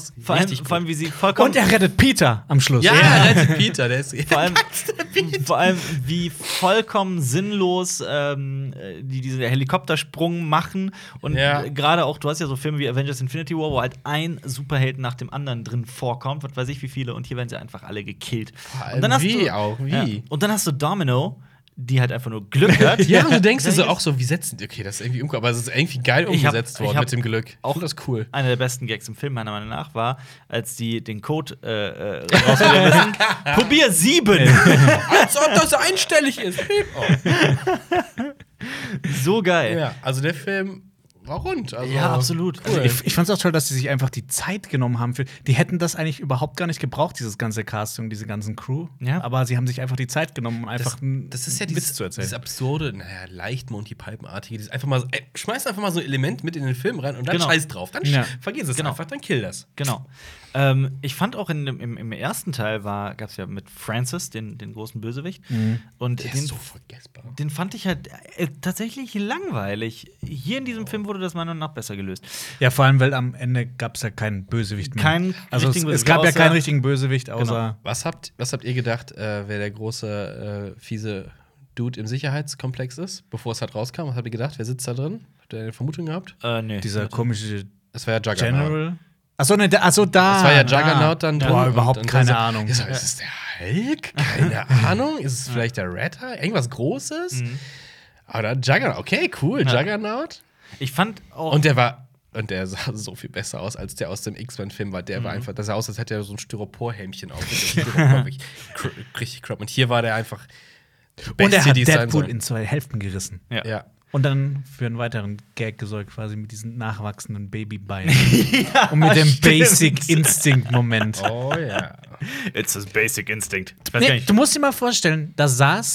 aus. Vor allem, wie sie vollkommen. Und er rettet Peter am Schluss. ja, er rettet Peter. Der ist Vor allem, wie vollkommen sinnlos die diesen Helikoptersprung machen. Und Ja. gerade auch, du hast ja so Filme wie Avengers Infinity War, wo halt ein Superheld nach dem anderen drin vorkommt, was weiß ich wie viele, und hier werden sie einfach alle gekillt. Und dann hast wie du, auch, wie? Ja, und dann hast du Domino, die halt einfach nur Glück hat. Ja, und du denkst dir so auch so, wie setzen die? Okay, das ist irgendwie aber es ist irgendwie geil Ich hab- umgesetzt ich worden hab mit dem Glück. auch Das ist cool. Einer der besten Gags im Film, meiner Meinung nach, war, als die den Code rausfinden müssen. Probier 7! Als ob das einstellig ist. So geil. Ja, also der Film war rund. Also Ja, absolut. Cool. Also ich fand's auch toll, dass sie sich einfach die Zeit genommen haben. Die hätten das eigentlich überhaupt gar nicht gebraucht, dieses ganze Casting, diese ganzen Crew. Ja. Aber sie haben sich einfach die Zeit genommen, um einfach das ist ja einen Witz dieses, zu erzählen. dieses absurde, leicht Monty Python-artige, dieses einfach mal so, schmeiß einfach mal so ein Element mit in den Film rein und dann Genau. scheiß drauf. Dann Ja. vergiss es Genau. einfach, dann kill das. Genau. Ich fand auch im ersten Teil gab es ja mit Francis, den großen Bösewicht. Und Der den, ist so vergessbar. den fand ich halt tatsächlich langweilig. Hier in diesem Film wurde das meiner Meinung nach besser gelöst. Ja, vor allem, weil am Ende gab es ja keinen Bösewicht mehr. Keinen also richtigen es Bösewicht, gab ja außer- keinen richtigen Bösewicht, außer. Was habt ihr gedacht, wer der große, fiese Dude im Sicherheitskomplex ist, bevor es halt rauskam? Was habt ihr gedacht? Wer sitzt da drin? Habt ihr eine Vermutung gehabt? Nee. Dieser komische Das war ja Juggernaut. General. Achso, ne, da. Das war ja Juggernaut dann drin. Boah, überhaupt und keine so, Ahnung. Ja, so, ist es der Hulk? Keine Ahnung. Ist es vielleicht der Redder? Irgendwas Großes? Aber dann Juggernaut. Okay, cool. Ja. Juggernaut. Ich fand auch. Und der sah so viel besser aus, als der aus dem X-Men-Film war. Der war einfach, das sah aus, als hätte er so ein Styroporhelmchen auf. Richtig crap. Und hier war der einfach. Und er hat die es sein Deadpool sollen. in 2 Hälften gerissen. Ja. Und dann für einen weiteren Gag gesorgt, quasi mit diesen nachwachsenden Babybeinen. Und mit dem Basic Instinct-Moment. Oh ja. It's a basic instinct. Ich weiß gar Nee, nicht. du musst dir mal vorstellen, da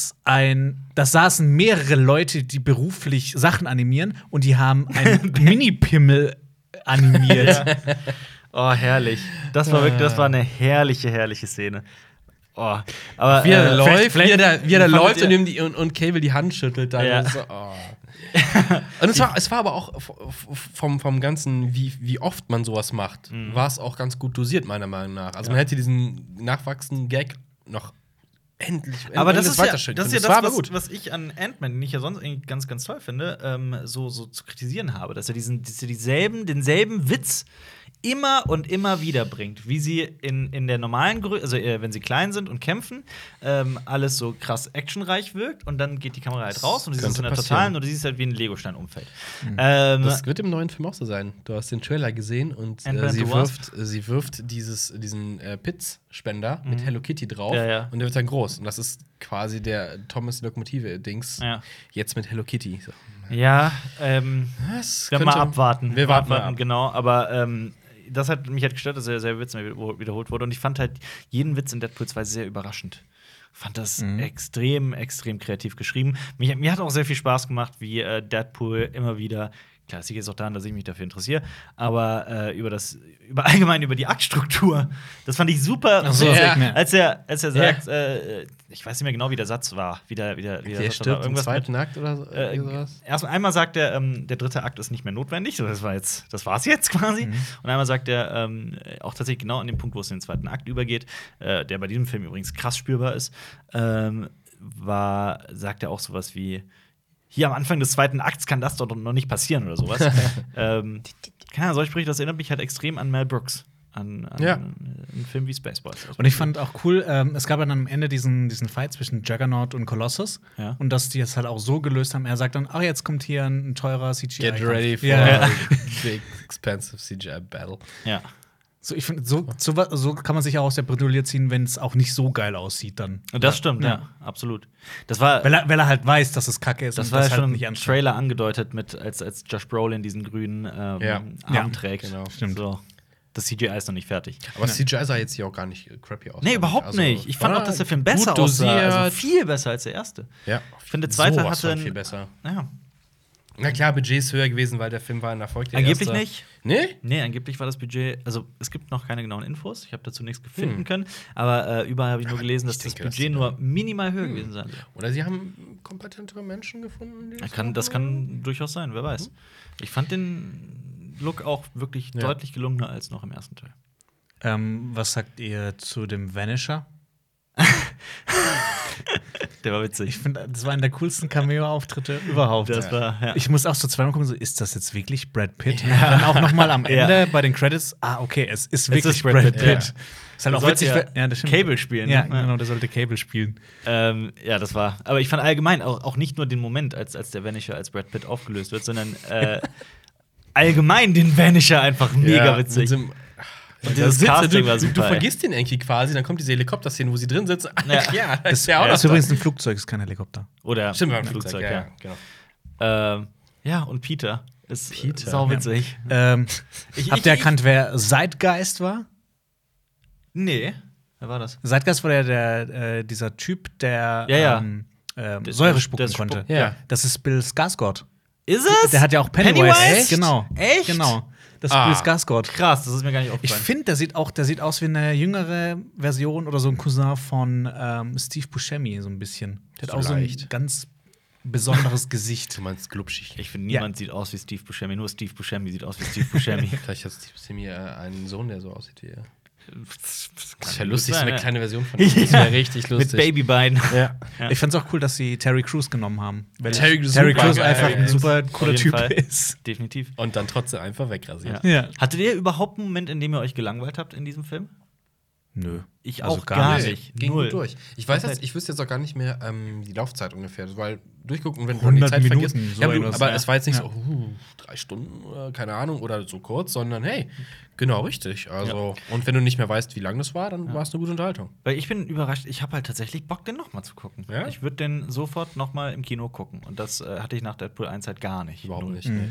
saßen mehrere Leute, die beruflich Sachen animieren und die haben einen Mini-Pimmel animiert. Oh, herrlich. Das war wirklich, das war eine herrliche Szene. Oh, aber Wie er läuft, vielleicht- wie er da fandet läuft ihr- und ihm und Cable die Hand schüttelt. Dann Ja. und so, oh. Und es war aber auch vom Ganzen, wie oft man sowas macht, war es auch ganz gut dosiert, meiner Meinung nach. Also man hätte diesen nachwachsenden Gag noch endlich Aber das ist ja weiterschütten das, können. war aber was ich an Ant-Man, den ich ja sonst irgendwie ganz, ganz toll finde, so zu kritisieren habe, dass er denselben Witz immer und immer wieder bringt, wie sie in der normalen Größe, also wenn sie klein sind und kämpfen, alles so krass actionreich wirkt und dann geht die Kamera halt raus und du siehst es in der Könnte totalen passieren. und du siehst halt, wie ein Legostein umfällt. Das wird im neuen Film auch so sein. Du hast den Trailer gesehen und Ant-Man sie and the Wasp. wirft diesen Piz-Spender mit Hello Kitty drauf Ja, ja. und der wird dann groß. Und das ist quasi der Thomas Lokomotive-Dings. Ja. Jetzt mit Hello Kitty. So. Ja, Das wir mal abwarten. Wir warten mal ab. Genau, aber das hat mich halt gestört, dass der Witz wiederholt wurde. Und ich fand halt jeden Witz in Deadpool 2 sehr überraschend. Fand das extrem kreativ geschrieben. Mir hat auch sehr viel Spaß gemacht, wie Deadpool immer wieder. Klar, das liegt jetzt auch daran, dass ich mich dafür interessiere, aber allgemein über die Aktstruktur. Das fand ich super. Ach so, witzig. ja. Als er sagt, ich weiß nicht mehr genau, wie der Satz war. Wie der Der Satz war. stirbt im Irgendwas zweiten Akt oder so, sowas? Einmal sagt er, der dritte Akt ist nicht mehr notwendig. Das war's jetzt quasi. Und einmal sagt er, auch tatsächlich genau an dem Punkt, wo es in den zweiten Akt übergeht, der bei diesem Film übrigens krass spürbar ist, sagt er auch sowas wie: Hier am Anfang des zweiten Akts kann das doch noch nicht passieren oder sowas. Keine Ahnung, solche Sprüche, das erinnert mich halt extrem an Mel Brooks. An einen Film wie Spaceballs. Und ich fand auch cool, es gab dann am Ende diesen Fight zwischen Juggernaut und Colossus. Ja. Und dass die es halt auch so gelöst haben. Er sagt dann, ach, jetzt kommt hier ein teurer CGI. Get ready for Ja. a big, expensive CGI battle. Ja. So, ich finde, so kann man sich auch aus der Bredouille ziehen, wenn es auch nicht so geil aussieht dann. Und das stimmt, ja, absolut. Das war Weil er halt weiß, dass es kacke ist. Das und war ja halt schon nicht im anstrengt. Trailer angedeutet, als Josh Brolin diesen grünen Arm Ja, trägt. genau. Stimmt. So. Das CGI ist noch nicht fertig. Aber CGI sah jetzt hier auch gar nicht crappy aus. Nee, überhaupt Also, nicht. Ich fand war auch, dass der Film besser gut aussah. Also dosiert. viel besser als der erste. Ja. Ich finde, der zweite Sowas hatte von viel besser. Ja. Na klar, Budget ist höher gewesen, weil der Film war ein Erfolg. Der Angeblich erste. nicht. Nee? Nee, angeblich war das Budget, also es gibt noch keine genauen Infos, ich habe dazu nichts finden können, aber überall habe ich nur gelesen, dass ich das denke, Budget nur minimal höher gewesen sein soll. Oder sie haben kompetentere Menschen gefunden, die Das kann durchaus sein, wer weiß. Ich fand den Look auch wirklich Ja. deutlich gelungener als noch im ersten Teil. Was sagt ihr zu dem Vanisher? Der war witzig. Ich finde, das war einer der coolsten Cameo-Auftritte überhaupt. Das war, ja. Ich muss auch so zweimal gucken, so, ist das jetzt wirklich Brad Pitt? Und dann auch noch mal am Ende bei den Credits, okay, es ist wirklich Brad Pitt. Ja. Ist halt auch sollte witzig, ja das stimmt. Cable spielen. Ja, ne? genau, der sollte Cable spielen. Ja, das war. Aber ich fand allgemein auch nicht nur den Moment, als der Vanisher als Brad Pitt aufgelöst wird, sondern allgemein den Vanisher einfach mega witzig. Und dieses Casting war super, du vergisst den irgendwie quasi, dann kommt diese Helikopter-Szene, wo sie drin sitzen. Ja. Das ist ja auch Das ist noch übrigens ein Flugzeug, ist kein Helikopter. Oder Stimmt, beim Flugzeug, Flugzeug, genau. Ja, und Peter ist Peter. sauwitzig. Habt ihr erkannt, wer Zeitgeist war? Nee, wer war das? Zeitgeist war dieser Typ, der Ja. Säure spucken der konnte. spuckt, ja. Das ist Bill Skarsgård. Ist es? Der hat ja auch Pennywise. Pennywise? Genau. Echt? Genau. Das ist Bill Skarsgård. Krass, das ist mir gar nicht Ich aufgefallen. finde, der sieht aus wie eine jüngere Version oder so ein Cousin von Steve Buscemi, so ein bisschen. Der hat So auch so ein leicht. ganz besonderes Gesicht. Du meinst glubschig. Ich finde, niemand sieht aus wie Steve Buscemi. Nur Steve Buscemi sieht aus wie Steve Buscemi. Vielleicht hat Steve Buscemi einen Sohn, der so aussieht wie er. Das Das wäre lustig, so eine ne? kleine Version von ihm. Das wäre richtig lustig. Mit Babybeinen. Ja. Ja. Ich fand's auch cool, dass sie Terry Crews genommen haben. Weil Terry Crews Terry super Crews geil einfach ein ist. super Auf cooler jeden Typ Fall. ist. Definitiv. Und dann trotzdem einfach wegrasiert. Ja. Hattet ihr überhaupt einen Moment, in dem ihr euch gelangweilt habt in diesem Film? Nö. Ich Also auch gar gar nicht. nicht. Ging Null. gut durch. Ich weiß Komplett. jetzt, ich wüsste jetzt auch gar nicht mehr die Laufzeit ungefähr, weil durchgucken, wenn du 100 die Zeit Minuten, vergisst. so Ja, irgendwas, aber ja. es war jetzt nicht Ja. so 3 Stunden oder keine Ahnung oder so kurz, sondern hey, genau richtig. Also und wenn du nicht mehr weißt, wie lang das war, dann war es eine gute Unterhaltung. Weil ich bin überrascht, ich habe halt tatsächlich Bock, den nochmal zu gucken. Ja? Ich würde den sofort nochmal im Kino gucken. Und das hatte ich nach Deadpool 1 halt gar nicht. Überhaupt Null. nicht. Mhm.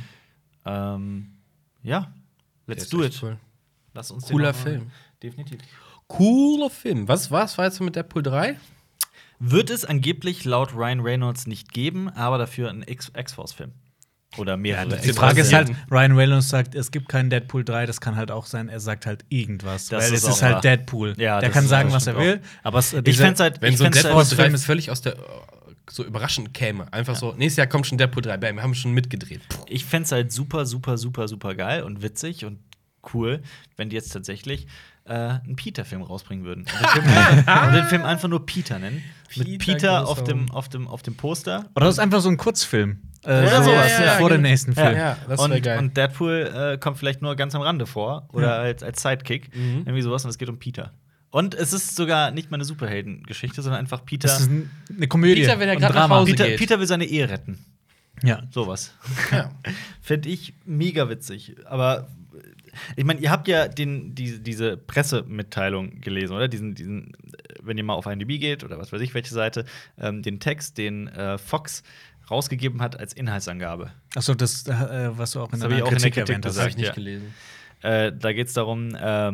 Der Ja, let's ist do echt it. Cool. Lass uns Cooler den noch mal- Film. Definitiv. Cooler Film. Was war jetzt mit Deadpool 3? Wird es angeblich laut Ryan Reynolds nicht geben, aber dafür ein X-Force-Film. Oder mehrere. Die Frage ist halt, Ryan Reynolds sagt, es gibt keinen Deadpool 3, das kann halt auch sein, er sagt halt irgendwas. Das weil ist es ist auch halt wahr. Deadpool. Ja, der das kann ist- sagen, das was er stimmt will. Aber Ich fänd's halt, Wenn so ein fänd's Deadpool halt, 3 völlig aus der so überraschend käme. Einfach so, nächstes Jahr kommt schon Deadpool 3. Bam, wir haben schon mitgedreht. ich fänd's halt super, super, super, super geil und witzig und cool, wenn die jetzt tatsächlich einen Peter-Film rausbringen würden. Und den Film einfach nur Peter nennen. Mit Peter Peter auf Großraum. dem Poster. Oder das ist einfach so ein Kurzfilm. Oder sowas, ja, vor dem genau. nächsten Film. Ja, das wäre geil. Und Deadpool kommt vielleicht nur ganz am Rande vor oder als Sidekick. Irgendwie sowas und es geht um Peter. Und es ist sogar nicht mal eine Superheldengeschichte, sondern einfach Peter. Das ist eine Komödie. Peter, wenn er und gerade nach Drama. Hause Peter, geht. Peter will seine Ehe retten. Ja. Sowas. Ja. Fände ich mega witzig. Aber ich meine, ihr habt ja diese Pressemitteilung gelesen, oder? Wenn ihr mal auf IMDb geht oder was weiß ich, welche Seite, den Text, den Fox rausgegeben hat als Inhaltsangabe. Achso, das, was du auch in Das hab der ich auch in der Kritik Kritik erwähnt Das hast. habe ich nicht Ja. gelesen. Da geht es darum,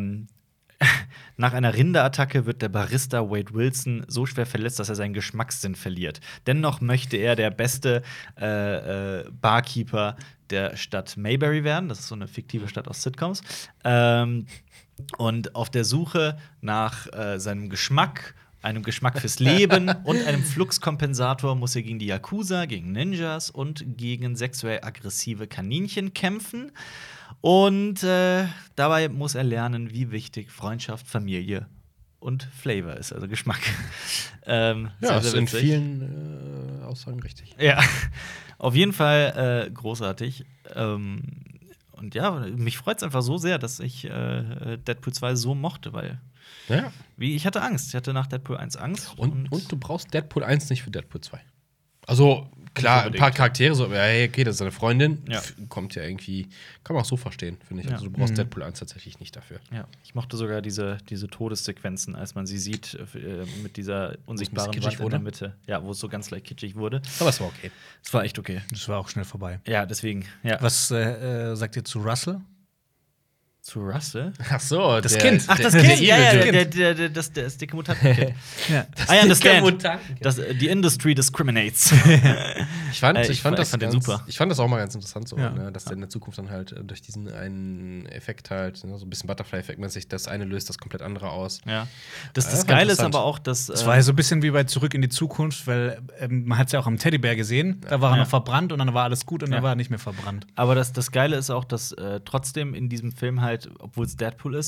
nach einer Rinderattacke wird der Barista Wade Wilson so schwer verletzt, dass er seinen Geschmackssinn verliert. Dennoch möchte er der beste Barkeeper der Stadt Mayberry werden. Das ist so eine fiktive Stadt aus Sitcoms. Und auf der Suche nach seinem Geschmack, einem Geschmack fürs Leben und einem Fluxkompensator muss er gegen die Yakuza, gegen Ninjas und gegen sexuell aggressive Kaninchen kämpfen. Und dabei muss er lernen, wie wichtig Freundschaft, Familie und Flavor ist, also Geschmack. Ja, sehr, das ist sehr in witzig. vielen Aussagen richtig. Ja, auf jeden Fall großartig. Und ja, mich freut es einfach so sehr, dass ich Deadpool 2 so mochte, weil Ja. ich hatte Angst. Ich hatte nach Deadpool 1 Angst. Und du brauchst Deadpool 1 nicht für Deadpool 2. Also, klar, ein paar Charaktere, so, ja, hey, okay, das ist seine Freundin, Ja. kommt ja irgendwie, kann man auch so verstehen, finde ich. Ja. Also, du brauchst Deadpool 1 tatsächlich nicht dafür. Ja, ich mochte sogar diese Todessequenzen, als man sie sieht, mit dieser unsichtbaren kitschig Wand in wurde? der Mitte. Ja, wo es so ganz leicht kitschig wurde. Aber es war okay. Es war echt okay. Das war auch schnell vorbei. Ja, deswegen. Ja. Was sagt ihr zu Russell? Zu Russell? Ach so, Das Kind. Ach, das Der Kind! Ja, ja, Evil-Kind. das dicke Mutantenkind. Ja. I understand. Mutantenkind. Die Industry discriminates. Ich fand ich das fand den ganz, super. Ich fand das auch mal ganz interessant, so, Ja. ne, dass der in der Zukunft dann halt durch diesen einen Effekt halt, ne, so ein bisschen Butterfly-Effekt, wenn sich das eine löst, das komplett andere aus. Ja. Das war Geile ist interessant. aber auch, dass. Das war ja so ein bisschen wie bei Zurück in die Zukunft, weil man hat es ja auch am Teddybär gesehen. Da war er Ja. noch verbrannt und dann war alles gut und Ja. dann war er nicht mehr verbrannt. Aber das Geile ist auch, dass trotzdem in diesem Film halt, obwohl es Deadpool ist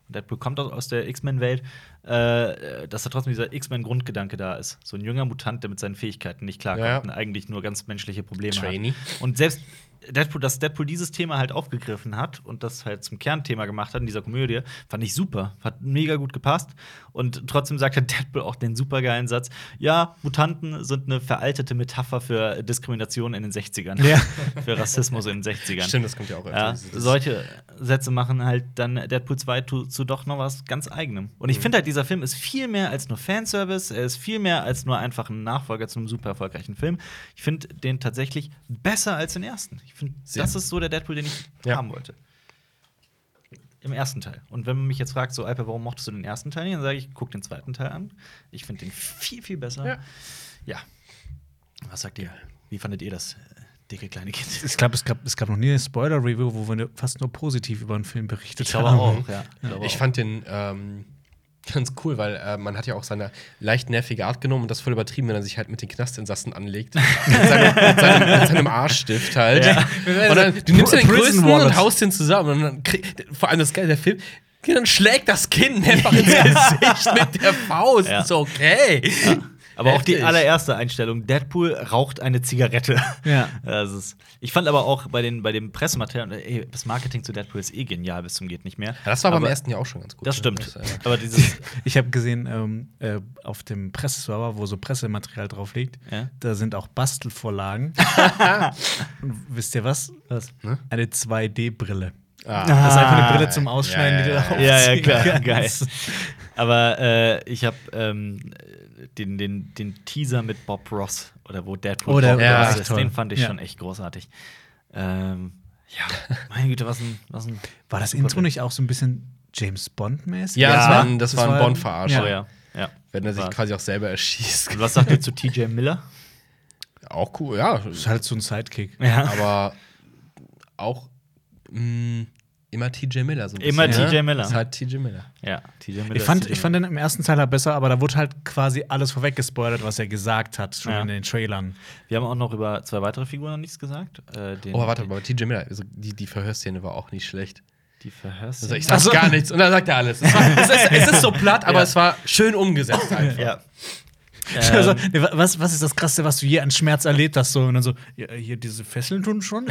Deadpool kommt aus der X-Men-Welt, dass da trotzdem dieser X-Men-Grundgedanke da ist. So ein junger Mutant, der mit seinen Fähigkeiten nicht klarkommt und eigentlich nur ganz menschliche Probleme Trainee. hat. Und selbst dass Deadpool dieses Thema halt aufgegriffen hat und das halt zum Kernthema gemacht hat in dieser Komödie, fand ich super. Hat mega gut gepasst. Und trotzdem sagt halt Deadpool auch den supergeilen Satz: Ja, Mutanten sind eine veraltete Metapher für Diskrimination in den 60ern. Ja. Für Rassismus in den 60ern. Stimmt, das kommt ja auch Ja, solche Sätze machen halt dann Deadpool 2 zu doch noch was ganz Eigenem. Und ich finde halt, dieser Film ist viel mehr als nur Fanservice, er ist viel mehr als nur einfach ein Nachfolger zu einem super erfolgreichen Film. Ich finde den tatsächlich besser als den ersten. Ich finde, das ist so der Deadpool, den ich haben wollte. Im ersten Teil. Und wenn man mich jetzt fragt, so, Alper, warum mochtest du den ersten Teil nicht? Dann sage ich, guck den zweiten Teil an. Ich finde den viel, viel besser. Ja. Was sagt ihr? Wie fandet ihr das? Dicke kleine Kind. Ich glaube, es gab noch nie eine Spoiler-Review, wo wir fast nur positiv über einen Film berichtet Ich glaube haben. auch, ja. Ich fand den ganz cool, weil man hat ja auch seine leicht nervige Art genommen und das voll übertrieben, wenn er sich halt mit den Knastinsassen anlegt. mit seinem Arschstift halt. Ja. Und dann, du nimmst ja den Prison größten Wallet. und haust den zusammen. Und dann vor allem das Geile der Film, dann schlägt das Kind einfach ins Gesicht mit der Faust. Ja. Ist okay. Aber auch die Heftig. allererste Einstellung: Deadpool raucht eine Zigarette. Ja. Ich fand aber auch bei dem Pressematerial, das Marketing zu Deadpool ist genial bis zum geht nicht mehr. Ja, das war beim Aber ersten Jahr auch schon ganz gut. Das ne? stimmt. Das, Aber dieses Ich habe gesehen, auf dem Presseserver, wo so Pressematerial drauf liegt, Ja. da sind auch Bastelvorlagen. Und wisst ihr was? Ne? Eine 2D-Brille. Ah. Das ist einfach eine Brille zum Ausschneiden, Ja, die du ja, da ja. Ja, aufziehen klar, kannst. geil. Aber ich habe den Teaser mit Bob Ross oder wo Deadpool Oh, der Bob war Ross echt ist, toll. den fand ich Ja. schon echt großartig. Ja, meine Güte, was ein War das super Intro Film. nicht auch so ein bisschen James Bond-mäßig? Ja, Ja, das war ein war- Bond-Verarsch. Oh ja. Wenn er sich War- quasi auch selber erschießt. Und was sagt ihr zu TJ Miller? Auch cool, ja. Das ist halt so ein Sidekick. Ja. Aber auch immer TJ Miller. So ein Immer bisschen, TJ Miller. Das ist halt TJ Miller. Ja, TJ Miller. Ich fand den im ersten Teil halt besser, aber da wurde halt quasi alles vorweggespoilert, was er gesagt hat, schon Ja. in den Trailern. Wir haben auch noch über 2 weitere Figuren noch nichts gesagt. Oh, warte, aber TJ Miller, also die Verhörszene war auch nicht schlecht. Die Verhörszene. Also ich sag gar nichts und dann sagt er alles. Es ist so platt, aber Ja. es war schön umgesetzt einfach. Ja. Also, nee, was ist das Krasseste, was du je an Schmerz erlebt hast? So, und dann so, ja, hier diese Fesseln tun schon.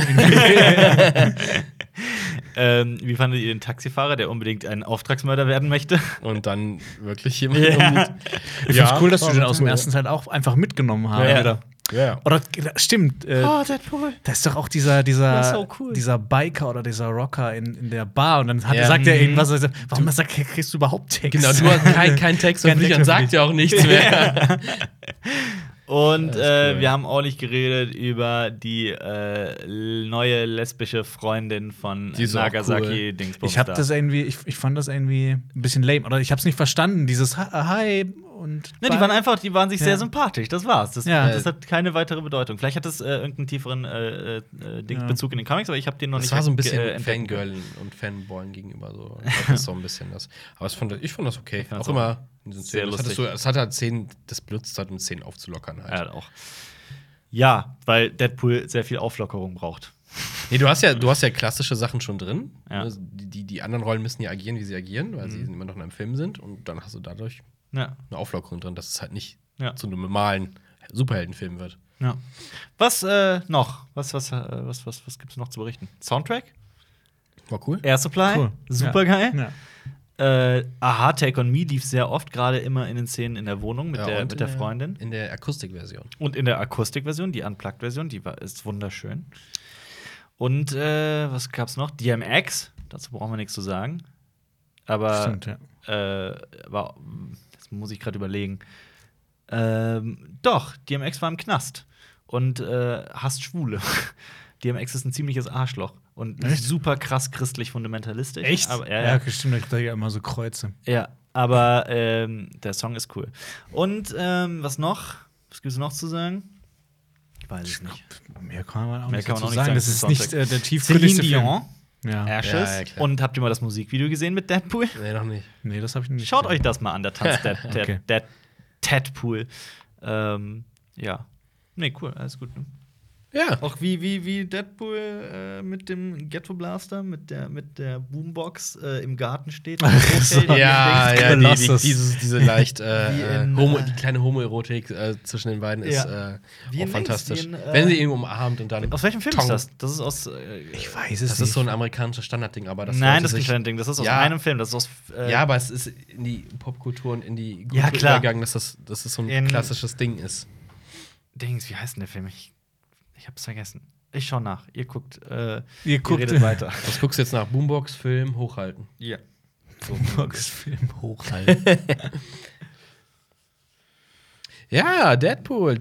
Wie fandet ihr den Taxifahrer, der unbedingt ein Auftragsmörder werden möchte? Und dann wirklich jemand. Ja. Ich find's cool, dass du war den aus dem cool, ersten Teil auch einfach mitgenommen hast. Ja. Oder? Ja. Oder stimmt, Deadpool. da ist doch auch dieser ist so cool. dieser Biker oder dieser Rocker in der Bar und dann Ja. sagt er irgendwas. Also, warum kriegst du überhaupt Text? Genau, du hast kein Text Kein und Flieger Text sagt ja auch nichts mehr. Und Das ist cool. wir haben auch nicht geredet über die neue lesbische Freundin von Die ist auch Nagasaki Dingsbums. Ich habe das irgendwie, ich fand das irgendwie ein bisschen lame. Oder ich habe es nicht verstanden, dieses Hi und Ne, die waren sich Ja. sehr sympathisch, das war's. Das Ja. hat keine weitere Bedeutung. Vielleicht hat es irgendeinen tieferen Bezug in den Comics, aber ich habe den noch Das nicht war so ein bisschen entdecken können. Fangirl und Fanboyen gegenüber so. Das ist so ein bisschen das. Aber ich fand das okay. fand's Auch auch immer in diesen sehr Szenen. lustig. Es hat halt Szenen, das benutzt hat, um Szenen aufzulockern halt. Ja, auch. Ja, weil Deadpool sehr viel Auflockerung braucht. Nee, du hast ja klassische Sachen schon drin. Ja. Also die anderen Rollen müssen ja agieren, wie sie agieren, weil sie immer noch in einem Film sind. Und dann hast du dadurch Ja. eine Auflockerung drin, dass es halt nicht Ja. zu einem normalen Superheldenfilm wird. Ja. Was noch? Was gibt's noch zu berichten? Soundtrack? War cool. Air Supply? Cool. Super geil. Ja. Aha, Take on Me lief sehr oft, gerade immer in den Szenen in der Wohnung mit Ja, und der in Freundin. In der Akustikversion. Und in der Akustikversion, die Unplugged-Version, ist wunderschön. Und was gab's noch? DMX, dazu brauchen wir nichts zu sagen. Aber Stimmt, ja. jetzt muss ich gerade überlegen. Doch, DMX war im Knast und hasst Schwule. DMX ist ein ziemliches Arschloch und Echt? super krass christlich-fundamentalistisch. Echt? Aber, Ja, okay, stimmt, da ja immer so Kreuze. ja, aber der Song ist cool. Und was noch? Was gibt es noch zu sagen? Ich weiß es nicht. Mehr kann man auch Mehr nicht kann man dazu auch nicht sagen. sagen Das zum ist nicht Soundtrack. der tiefgründigste Celine Film. Dion, Ja. Ashes. Ja, klar. Und habt ihr mal das Musikvideo gesehen mit Deadpool? Nee, noch nicht. Nee, das habe ich nicht. Schaut euch das mal an, der Tanz Okay. Deadpool. Ja. Nee, cool, alles gut. Ne? Ja. Auch wie Deadpool mit dem Ghetto Blaster, mit der Boombox im Garten steht. Ja, Colossus. diese leicht in, die kleine Homoerotik zwischen den beiden ist Wie auch in fantastisch. Dings, wie in, Wenn sie ihn umarmt und dann Aus welchem Film Tong. ist das? Das ist aus. Ich weiß es Das ist so ein amerikanisches Standardding, aber das Nein, sollte das ist sich- kein Ding. Das ist aus Ja. einem Film. Das ist aus. Ja, aber es ist in die Popkultur und in die Kultur Ja, klar. übergegangen, dass das so ein In- klassisches Ding ist. Dings, wie heißt denn der Film? Ich hab's vergessen. Ich schau nach. Ihr guckt. Ihr guckt redet weiter. Was guckst du jetzt nach? Boombox, Film, hochhalten. Ja. Boombox-Film hochhalten. Ja, Deadpool.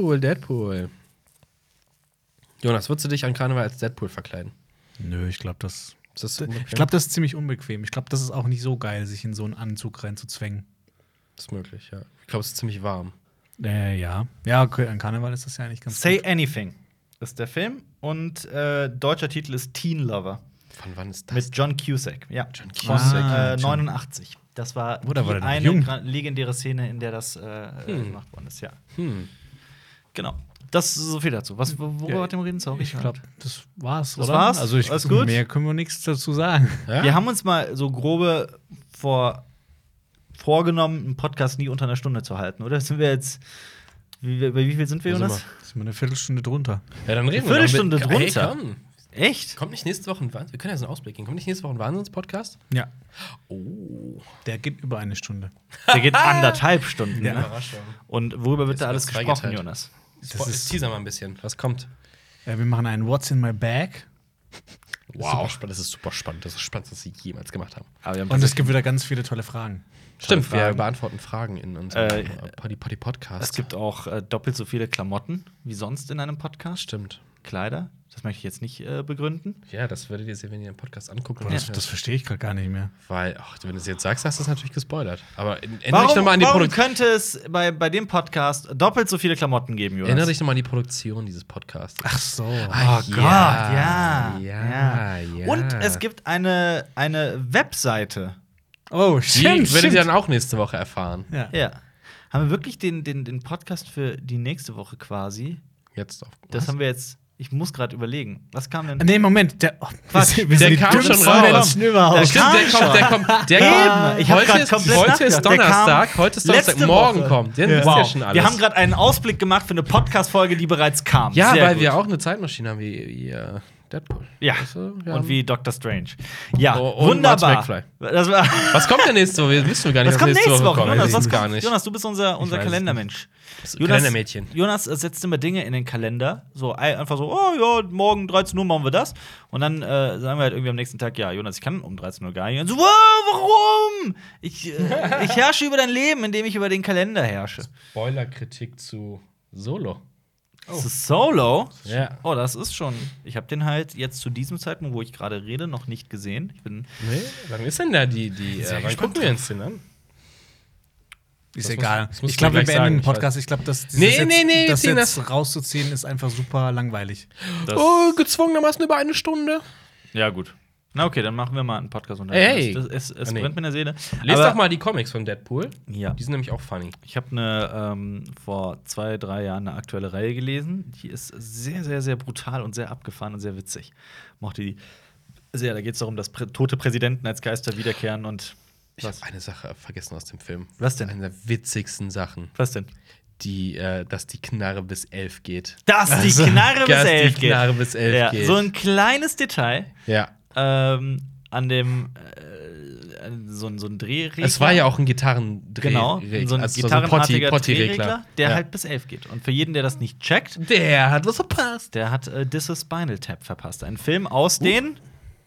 Jonas, würdest du dich an Karneval als Deadpool verkleiden? Nö, ich glaube, das Ist das unbequem? Ich glaube, das ist ziemlich unbequem. Ich glaube, das ist auch nicht so geil, sich in so einen Anzug reinzuzwängen. Das ist möglich, ja. Ich glaube, es ist ziemlich warm. Ja. Ja, okay, an Karneval ist das ja eigentlich ganz Say gut. Anything ist der Film und deutscher Titel ist Teen Lover Von wann ist das? mit John Cusack. Ja, John von Cusack. Ah, 89. Das war Oh, da war die der noch eine jung. legendäre Szene, in der das gemacht worden ist. Ja, genau. Das ist so viel dazu. Worüber Ja, wart ihr reden? Sorry. Ich glaube, das war's, Das oder? war's? Also Alles gut? Mehr können wir nichts dazu sagen. Ja? Wir haben uns mal so grobe vorgenommen, einen Podcast nie unter einer Stunde zu halten, oder? Sind wir jetzt. Bei wie viel sind wir, Wo sind Jonas? Das ist mal eine Viertelstunde drunter. Ja, dann reden Viertelstunde wir noch mit- drunter. Hey, komm. Echt? Kommt nicht nächste Woche ein Wahnsinn? Wir können ja so einen Ausblick geben. Kommt nicht nächste Woche ein Wahnsinns-Podcast? Ja. Oh. Der geht über eine Stunde. Der geht 1,5 Stunden. Ja. Ne? Überraschung. Und worüber wird Ist da alles über zwei gesprochen, geteilt. Jonas? Das ist teaser mal ein bisschen. Was kommt? Wir machen einen What's in my bag. Wow. Das ist super spannend. Das ist das Spannendste, was sie jemals gemacht haben. Aber wir haben Und es gibt wieder ganz viele tolle Fragen. Stimmt, wir Fragen. beantworten Fragen in unserem Poddy-Podcast. Es gibt auch doppelt so viele Klamotten wie sonst in einem Podcast. Stimmt. Kleider. Das möchte ich jetzt nicht begründen. Ja, das werdet ihr sehen, wenn ihr den Podcast anguckt. Boah, das verstehe ich gerade gar nicht mehr. Weil, ach, wenn du es jetzt sagst, hast du es natürlich gespoilert. Aber erinnere dich Warum, nochmal an die warum Produktion. könnte es bei dem Podcast doppelt so viele Klamotten geben, Jonas? Erinnere dich nochmal an die Produktion dieses Podcasts. Ach so. Oh Gott, ja. ja. Und es gibt eine Webseite. Oh, Die werdet ihr dann auch nächste Woche erfahren. Ja. Ja. Haben wir wirklich den Podcast für die nächste Woche quasi? Jetzt auf. Das haben wir jetzt. Ich muss gerade überlegen. Was kam denn? Nee, Moment. Der der kam schon raus. Überhaupt. Stimmt, der kommt. Ich hab grad Heute ist komplett Donnerstag. nachgedacht. Der kam Heute ist Donnerstag. letzte Morgen Woche. kommt. Ja, Ja. wisst ihr Wow. schon alles. Wir haben gerade einen Ausblick gemacht für eine Podcast-Folge, die bereits kam. Ja, Sehr weil gut. wir auch eine Zeitmaschine haben wie Deadpool. Ja. Weißt du, wir Und haben- wie Doctor Strange. Ja, Oh, und wunderbar. Marty McFly. Das war Was kommt denn nächste Woche? Wir wissen gar nicht, was kommt nächste Woche? kommt. Jonas, Wir was wissen gar kommt? nicht. Jonas, du bist unser weiß es Kalendermensch. Kalendermädchen. Jonas setzt immer Dinge in den Kalender. So einfach so, oh ja, morgen 13 Uhr machen wir das. Und dann sagen wir halt irgendwie am nächsten Tag, ja, Jonas, ich kann um 13 Uhr gar nicht. Und so, wow, warum? Ich herrsche über dein Leben, indem ich über den Kalender herrsche. Spoiler-Kritik zu Solo. Das ist Solo. Ja. Oh, das ist schon. Ich habe den halt jetzt zu diesem Zeitpunkt, wo ich gerade rede, noch nicht gesehen. Ich bin Nee, wann ist denn da die wann gespannt gucken wir uns den an? Ist Das egal. musst du Ich glaube, wir gleich beenden sagen, den ich weiß. Podcast. Ich glaube, das Nee, wir das ziehen jetzt das- rauszuziehen ist einfach super langweilig. Oh, gezwungenermaßen über eine Stunde. Ja, gut. Na okay, dann machen wir mal einen Podcast unter. Hey. Es Nee. brennt mir in der Seele. Lest Aber doch mal die Comics von Deadpool. Ja. Die sind nämlich auch funny. Ich habe vor 2-3 Jahren eine aktuelle Reihe gelesen. Die ist sehr, sehr, sehr brutal und sehr abgefahren und sehr witzig. Mochte die sehr. Da geht es darum, dass tote Präsidenten als Geister wiederkehren und Ich habe eine Sache vergessen aus dem Film. Was denn? Eine der witzigsten Sachen. Was denn? Dass die Knarre bis 11 geht. Dass die Also, Knarre bis dass die 11 geht. Knarre bis 11 Ja, geht. so ein kleines Detail Ja. an dem so ein Drehregler. Es war ja auch ein Gitarrendreh. Genau, so ein also gitarrenartiger Potty-Regler. Drehregler, der Ja. halt bis 11 geht. Und für jeden, der das nicht checkt, Der hat was verpasst. der hat This is Spinal Tap verpasst. Ein Film aus den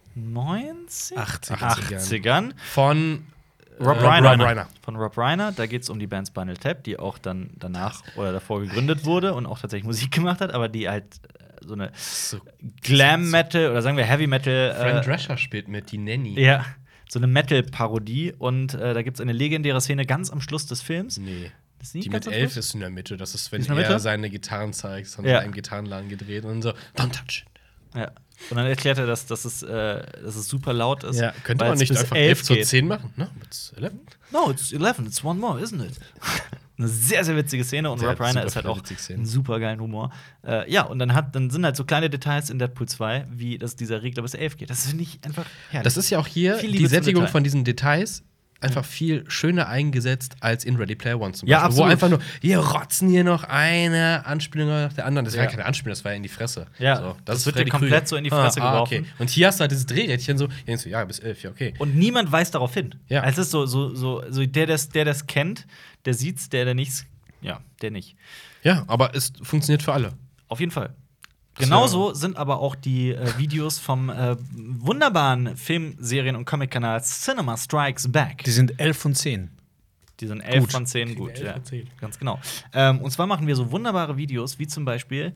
80ern Von Rob Rob Reiner. Reiner. Von Rob Reiner. Da geht es um die Band Spinal Tap, die auch dann danach oder davor gegründet wurde und auch tatsächlich Musik gemacht hat, aber die halt so eine So, Glam Metal oder sagen wir Heavy Metal. Fran Drescher spielt mit, die Nanny. Ja, so eine Metal-Parodie. Und da gibt es eine legendäre Szene ganz am Schluss des Films. Nee. Ist nicht Die ganz mit am 11 Schluss? ist in der Mitte. Das ist, wenn Die ist in der er Mitte? seine Gitarren zeigt. Ist dann Ja. in einem Gitarrenladen gedreht und so. Don't touch it. Ja. Und dann erklärt er, dass es super laut ist. Ja, könnte weil man es nicht bis einfach 11 zu geht. 10 machen? No, it's 11. No, it's 11, it's one more, isn't it? Eine sehr, sehr witzige Szene und Der Rob hat Reiner super ist halt viele auch witzige Szenen. einen super geilen Humor. Ja, und dann sind halt so kleine Details in Deadpool 2, wie dass dieser Regler bis 11 geht. Das finde ich einfach herrlich. Das ist ja auch hier Viel Liebe die zum Sättigung Detail. von diesen Details einfach viel schöner eingesetzt als in Ready Player One zum Ja, Beispiel. Wo absolut. einfach nur, hier rotzen hier noch eine Anspielung nach der anderen. Das war Ja. ja keine Anspielung, das war ja in die Fresse. Ja, so, das ist wird dir Freddy komplett Krüger. so in die Fresse geworfen. Okay. Und hier hast du halt dieses Drehrädchen so, denkst du, ja, bis 11, ja, okay. Und niemand weist darauf hin. Ja. Es ist so der das kennt, der sieht's, der nichts, ja, der nicht. Ja, aber es funktioniert für alle. Auf jeden Fall. Das Genauso sind aber auch die Videos vom wunderbaren Filmserien- und Comic-Kanal Cinema Strikes Back. Die sind 11 von 10. Die sind 11 Gut. von 10 gut. 11 Ja. von 10. Ganz genau. Und zwar machen wir so wunderbare Videos, wie zum Beispiel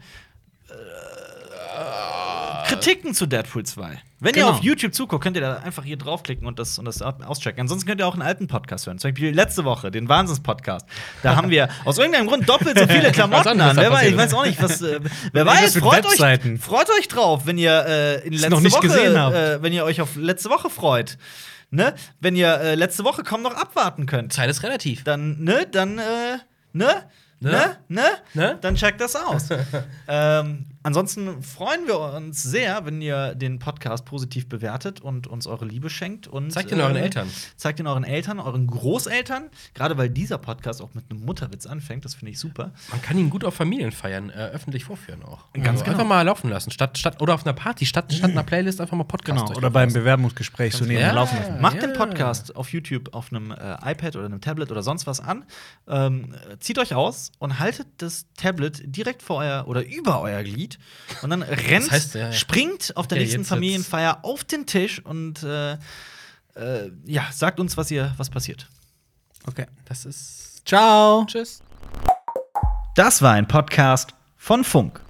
Kritiken zu Deadpool 2. Wenn ihr Genau. auf YouTube zuguckt, könnt ihr da einfach hier draufklicken und das auschecken. Ansonsten könnt ihr auch einen alten Podcast hören. Zum Beispiel letzte Woche, den Wahnsinns-Podcast. Da haben wir aus irgendeinem Grund doppelt so viele Klamotten anderes an. da Wer weiß, ich passiert weiß auch nicht, was. Wer Irgendwas weiß, mit freut Webseiten. euch drauf, wenn ihr in letzte noch nicht Woche, gesehen habt. wenn ihr euch auf letzte Woche freut. Ne? Wenn ihr letzte Woche kaum noch abwarten könnt. Zeit ist relativ. Dann, dann checkt das aus. Ansonsten freuen wir uns sehr, wenn ihr den Podcast positiv bewertet und uns eure Liebe schenkt. Und, Zeigt ihn euren Eltern. Zeigt ihn euren Eltern, euren Großeltern. Gerade weil dieser Podcast auch mit einem Mutterwitz anfängt. Das finde ich super. Man kann ihn gut auf Familienfeiern öffentlich vorführen auch. Ganz genau. Einfach mal laufen lassen. Oder auf einer Party, statt einer Playlist einfach mal Podcast. Genau. Oder beim Bewerbungsgespräch so nebenher Ja. laufen lassen. Macht Ja. den Podcast auf YouTube auf einem iPad oder einem Tablet oder sonst was an. Zieht euch aus und haltet das Tablet direkt vor euer oder über euer Glied. Und dann rennt, Das heißt, ja. springt auf der Okay, nächsten jetzt Familienfeier auf den Tisch und ja, sagt uns, was passiert. Okay. Das ist. Ciao. Tschüss. Das war ein Podcast von Funk.